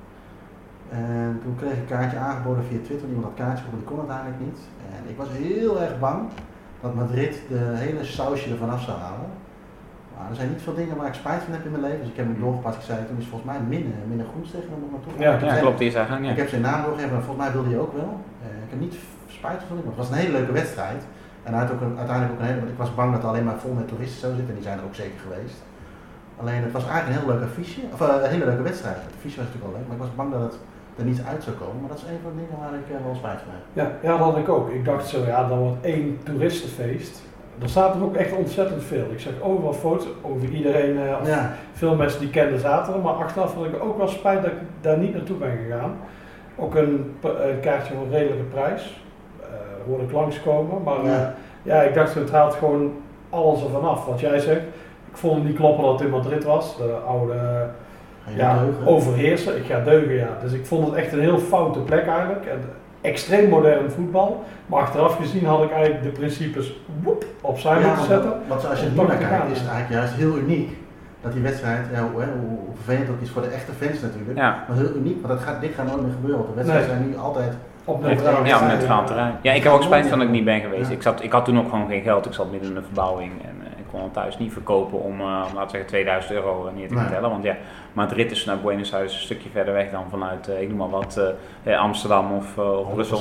En toen kreeg ik een kaartje aangeboden via Twitter, iemand had kaartje, maar die kon het eigenlijk niet. En ik was heel erg bang dat Madrid de hele sausje ervan af zou halen. Maar er zijn niet veel dingen waar ik spijt van heb in mijn leven, dus ik heb hem doorgepast. Ik zei, toen is volgens mij Minne, Minne Groens tegen hem nog naartoe. Ja, ja, ja klopt, die is eigenlijk, ja. Ik heb zijn naam doorgegeven, maar volgens mij wilde hij ook wel. Uh, ik heb niet spijt van hem, het was een hele leuke wedstrijd. En hij had ook een, uiteindelijk ook een hele, want ik was bang dat het alleen maar vol met toeristen zou zitten en die zijn er ook zeker geweest. Alleen het was eigenlijk een heel leuk affiche, of uh, een hele leuke wedstrijd. Het affiche was natuurlijk wel leuk, maar ik was bang dat het er niet uit zou komen. Maar dat is een van de dingen waar ik uh, wel spijt van heb. Ja, ja, dat had ik ook. Ik dacht zo, ja, dan wordt één toeristenfeest. Er zaten er ook echt ontzettend veel. Ik zag overal foto's over iedereen, uh, of ja. veel mensen die kenden zaten er, maar achteraf had ik ook wel spijt dat ik daar niet naartoe ben gegaan. Ook een, een kaartje voor een redelijke prijs. Hoorde ik langskomen, maar ja. Uh, ja, ik dacht het haalt gewoon alles ervan af. Wat jij zegt, ik vond het niet kloppen dat het in Madrid was, de oude uh, ja, overheersen. Ik ga deugen, ja. Dus ik vond het echt een heel foute plek eigenlijk. En extreem modern voetbal, maar achteraf gezien had ik eigenlijk de principes woep, opzij ja, moeten zetten. Want als je het nu naar kijkt, is het eigenlijk juist heel uniek dat die wedstrijd, ja, hoe, hoe, hoe vervelend het ook is voor de echte fans natuurlijk, Ja. maar heel uniek, want dat gaat, dit gaat nooit meer gebeuren, want de wedstrijden Nee. zijn nu altijd... Op Ja, neutraal op terrein. neutraal terrein. Ja, ik heb ook spijt van dat ik niet ben geweest. Ik, zat, ik had toen ook gewoon geen geld. Ik zat midden in een verbouwing en uh, ik kon het thuis niet verkopen om, uh, om laten we zeggen, tweeduizend euro neer te Nee. tellen. Want ja, Madrid is naar Buenos Aires een stukje verder weg dan vanuit, uh, ik noem maar wat, uh, Amsterdam of, uh, of Brussel.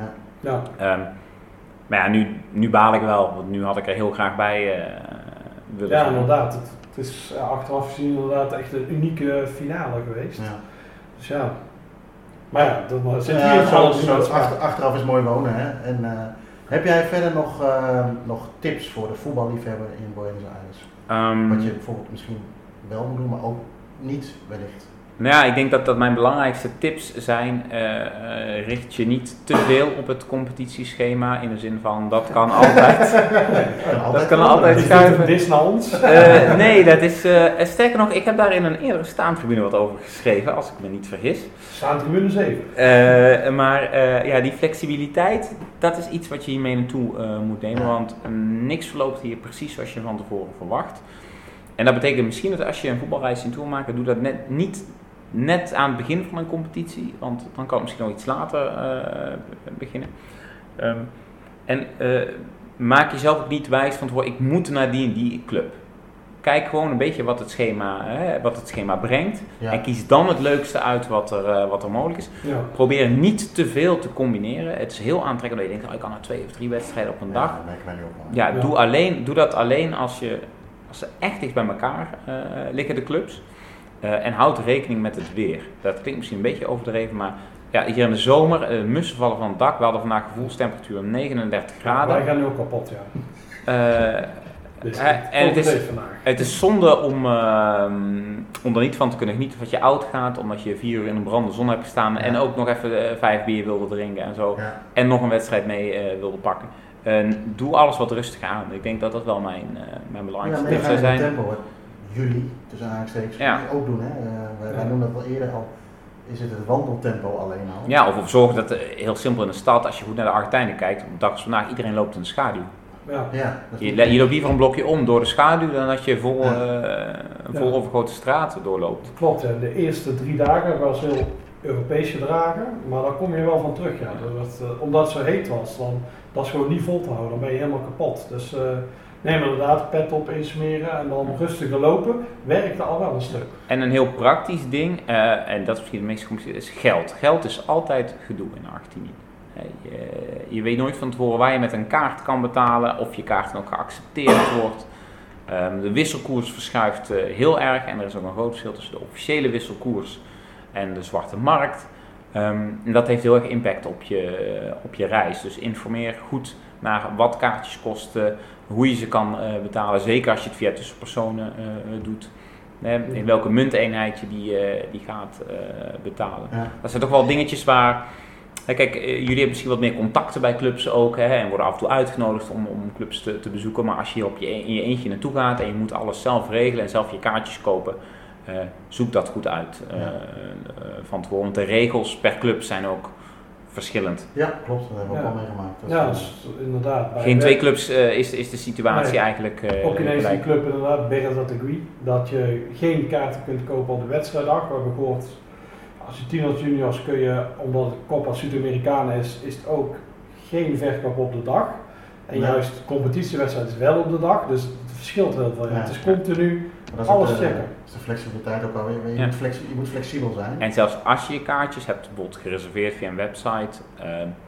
Ja. Ja. Um, maar ja, nu, nu baal ik wel, want nu had ik er heel graag bij uh, willen Ja, zijn. inderdaad. Het, het is uh, achteraf gezien inderdaad echt een unieke finale geweest. Ja. Dus ja. Maar ja, dan zit Ja, hier zo, alles zo, in. achter, achteraf is mooi wonen. Hè? En, uh, heb jij verder nog, uh, nog tips voor de voetballiefhebber in Buenos Aires? Um, Wat je bijvoorbeeld misschien wel moet doen, maar ook niet wellicht. Nou ja, ik denk dat, dat mijn belangrijkste tips zijn, uh, uh, richt je niet te veel op het competitieschema in de zin van dat kan altijd, Kan altijd dat kan wel. altijd Is dit schuiven. een dis naar ons? Uh, nee, dat is, uh, sterker nog, ik heb daar in een eerdere staantribune wat over geschreven, als ik me niet vergis. Staan tribune zeven. Uh, maar uh, ja, die flexibiliteit, dat is iets wat je hiermee naartoe uh, moet nemen, want uh, niks verloopt hier precies zoals je van tevoren verwacht. En dat betekent misschien dat als je een voetbalreis in wil maken, doe dat net niet net aan het begin van een competitie, want dan kan het misschien nog iets later uh, beginnen. Um, en uh, maak jezelf ook niet wijs van tevoren, ik moet naar die en die club. Kijk gewoon een beetje wat het schema, hè, wat het schema brengt Ja. en kies dan het leukste uit wat er, uh, wat er mogelijk is. Ja. Probeer niet te veel te combineren. Het is heel aantrekkelijk dat je denkt, oh, ik kan naar twee of drie wedstrijden op een dag. Ja, dat merk ik mij nu ook wel. Ja, Ja. Doe, alleen, doe dat alleen als, je, als ze echt dicht bij elkaar uh, liggen, de clubs. Uh, en houd rekening met het weer. Dat klinkt misschien een beetje overdreven, maar ja, hier in de zomer, uh, mussen vallen van het dak. We hadden vandaag gevoelstemperatuur negenendertig graden. Wij gaan nu ook kapot, ja. Uh, Dus uh, en het is, vandaag. het is zonde om, uh, om er niet van te kunnen genieten wat je oud gaat, omdat je vier uur in een brandende zon hebt gestaan Ja. en ook nog even uh, vijf bier wilde drinken en zo. Ja. En nog een wedstrijd mee uh, wilde pakken. Uh, doe alles wat rustig aan. Ik denk dat dat wel mijn, uh, mijn Ja, belangrijkste maar je tip gaat zou in het zijn. tempo, wat jullie, tussen aanhalingstekens, Ja. ook doen. Hè? Uh, wij, wij Ja. noemen dat wel eerder al, is het het wandeltempo alleen al. Ja, of ervoor zorgen dat, uh, heel simpel in de stad, als je goed naar de Argentijnen kijkt, op de dag als vandaag, iedereen loopt in de schaduw. Ja. Ja, dat is Je, je loopt liever een blokje om door de schaduw dan dat je vol, Ja. uh, een vol Ja. overgrote straten doorloopt. Klopt, ja. De eerste drie dagen was heel Europees gedragen, maar daar kom je wel van terug. Ja. Dat, uh, omdat het zo heet was, dan, dat is gewoon niet vol te houden, dan ben je helemaal kapot. Dus uh, neem inderdaad pet op, insmeren en dan rustiger lopen, werkt al wel een stuk. En een heel praktisch ding, uh, en dat is misschien het meest gecompliceerd, is geld. Geld is altijd gedoe in Argentinië. Je, je weet nooit van tevoren waar je met een kaart kan betalen, of je kaart dan ook geaccepteerd wordt. Um, de wisselkoers verschuift uh, heel erg en er is ook een groot verschil tussen de officiële wisselkoers en de zwarte markt. Um, en dat heeft heel erg impact op je, uh, op je reis. Dus informeer goed naar wat kaartjes kosten, hoe je ze kan uh, betalen, zeker als je het via tussenpersonen uh, doet. Uh, in welke munteenheid je die, uh, die gaat uh, betalen. Ja. Dat zijn toch wel dingetjes waar... Kijk, jullie hebben misschien wat meer contacten bij clubs ook, hè, en worden af en toe uitgenodigd om, om clubs te, te bezoeken. Maar als je op je, in je eentje naartoe gaat en je moet alles zelf regelen en zelf je kaartjes kopen, uh, zoek dat goed uit uh, Ja. uh, van tevoren. Want de regels per club zijn ook verschillend. Ja, klopt, dat hebben we Ja. ook al meegemaakt. Dat is, Ja, uh, dat is inderdaad. Bij Geen Ber- twee clubs uh, is, is de situatie Nee. eigenlijk uh, Ook ineens die gelijk. club inderdaad, Berra Tegui, dat je geen kaarten kunt kopen op de wedstrijddag. We hebben gehoord, als je tiener juniors kun je, omdat het Copa Sudamericana is, is het ook geen verkoop op de dag. En Nee. juist de competitiewedstrijd is wel op de dag, dus het verschilt heel veel. Ja. Ja. Het is continu maar dat is alles ook de, checken. dat is de flexibiliteit ook alweer. Je, Ja. moet flexi- je moet flexibel zijn. En zelfs als je je kaartjes hebt bijvoorbeeld gereserveerd via een website, uh,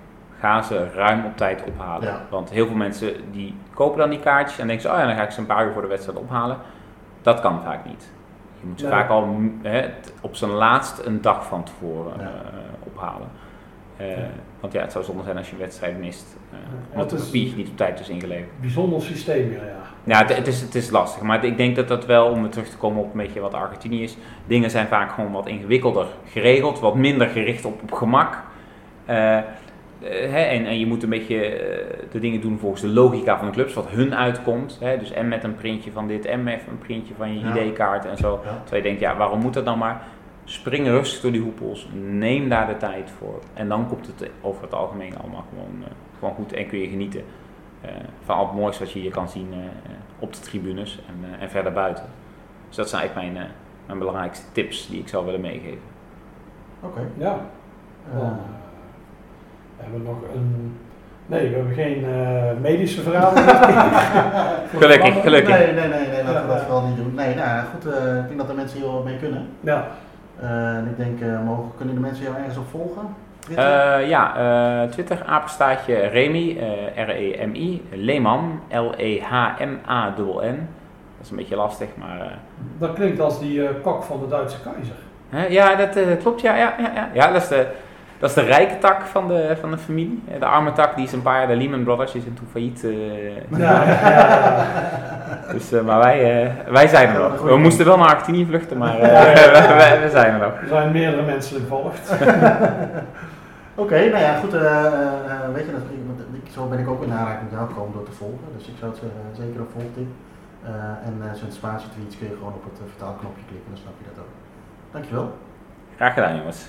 ga ze ruim op tijd ophalen. Ja. Want heel veel mensen die kopen dan die kaartjes en denken ze, oh ja, dan ga ik ze een paar uur voor de wedstrijd ophalen. Dat kan vaak niet. Je moet ze Nee. vaak al mm, hè, t- op zijn laatst een dag van tevoren Ja. uh, ophalen. Uh, Ja. Want ja, het zou zonde zijn als je een wedstrijd mist, uh, Ja, omdat het het is- papiertje niet op tijd is ingeleverd. Bijzonder systeem hier, ja. Ja, het, het, is, het is lastig, maar ik denk dat dat wel, om weer terug te komen op een beetje wat Argentinië is, dingen zijn vaak gewoon wat ingewikkelder geregeld, wat minder gericht op, op gemak. Uh, uh, hè, en, en je moet een beetje uh, de dingen doen volgens de logica van de clubs, wat hun uitkomt. Hè, dus en met een printje van dit, en met een printje van je Ja. I D-kaart en zo. Ja. Terwijl je denkt, ja, waarom moet dat dan maar? Spring rustig door die hoepels, neem daar de tijd voor. En dan komt het over het algemeen allemaal gewoon, uh, gewoon goed en kun je genieten. Uh, van al het moois wat je hier kan zien uh, op de tribunes en, uh, en verder buiten. Dus dat zijn eigenlijk mijn, uh, mijn belangrijkste tips die ik zou willen meegeven. Oké. Okay. Ja. Dan uh, hebben we nog een... Nee, we hebben geen uh, medische verhalen. Gelukkig, gelukkig. Nee, nee, nee, nee laten we dat vooral niet doen. Nee, nou goed, uh, ik denk dat de mensen hier wel mee kunnen. Ja. Uh, en ik denk, uh, mogen, kunnen de mensen jou ergens op volgen? Twitter? Uh, ja, uh, Twitter, apenstaartje Remy, uh, R E M I, Leeman, L E H M A N N. Dat is een beetje lastig, maar... Uh... Dat klinkt als die uh, kok van de Duitse keizer. Huh? Ja, dat uh, klopt, ja, ja, ja, ja. Ja, dat is de... Dat is de rijke tak van de, van de familie. De arme tak die is een paar jaar, de Lehman Brothers, die zijn toen failliet. Uh... Ja, ja, ja. Dus, uh, maar wij, uh, wij zijn er nog. We moesten wel naar Argentinië vluchten, maar uh, ja, ja, ja. we, we zijn er nog. Er zijn meerdere mensen gevolgd. Oké, okay, nou ja, goed. Uh, uh, weet je, dat, ik, zo ben ik ook in aanraking met jou gekomen door te volgen. Dus ik zou het uh, zeker een volgtip. Uh, en uh, zo'n spatietweets kun je gewoon op het uh, vertaalknopje klikken, dan snap je dat ook. Dankjewel. Graag gedaan, jongens.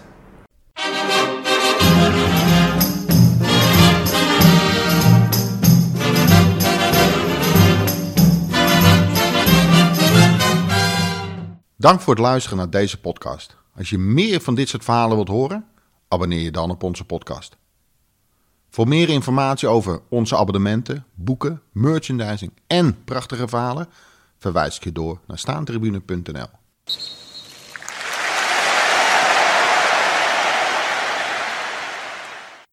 Dank voor het luisteren naar deze podcast. Als je meer van dit soort verhalen wilt horen, abonneer je dan op onze podcast. Voor meer informatie over onze abonnementen, boeken, merchandising en prachtige verhalen, verwijs ik je door naar staantribune punt n l.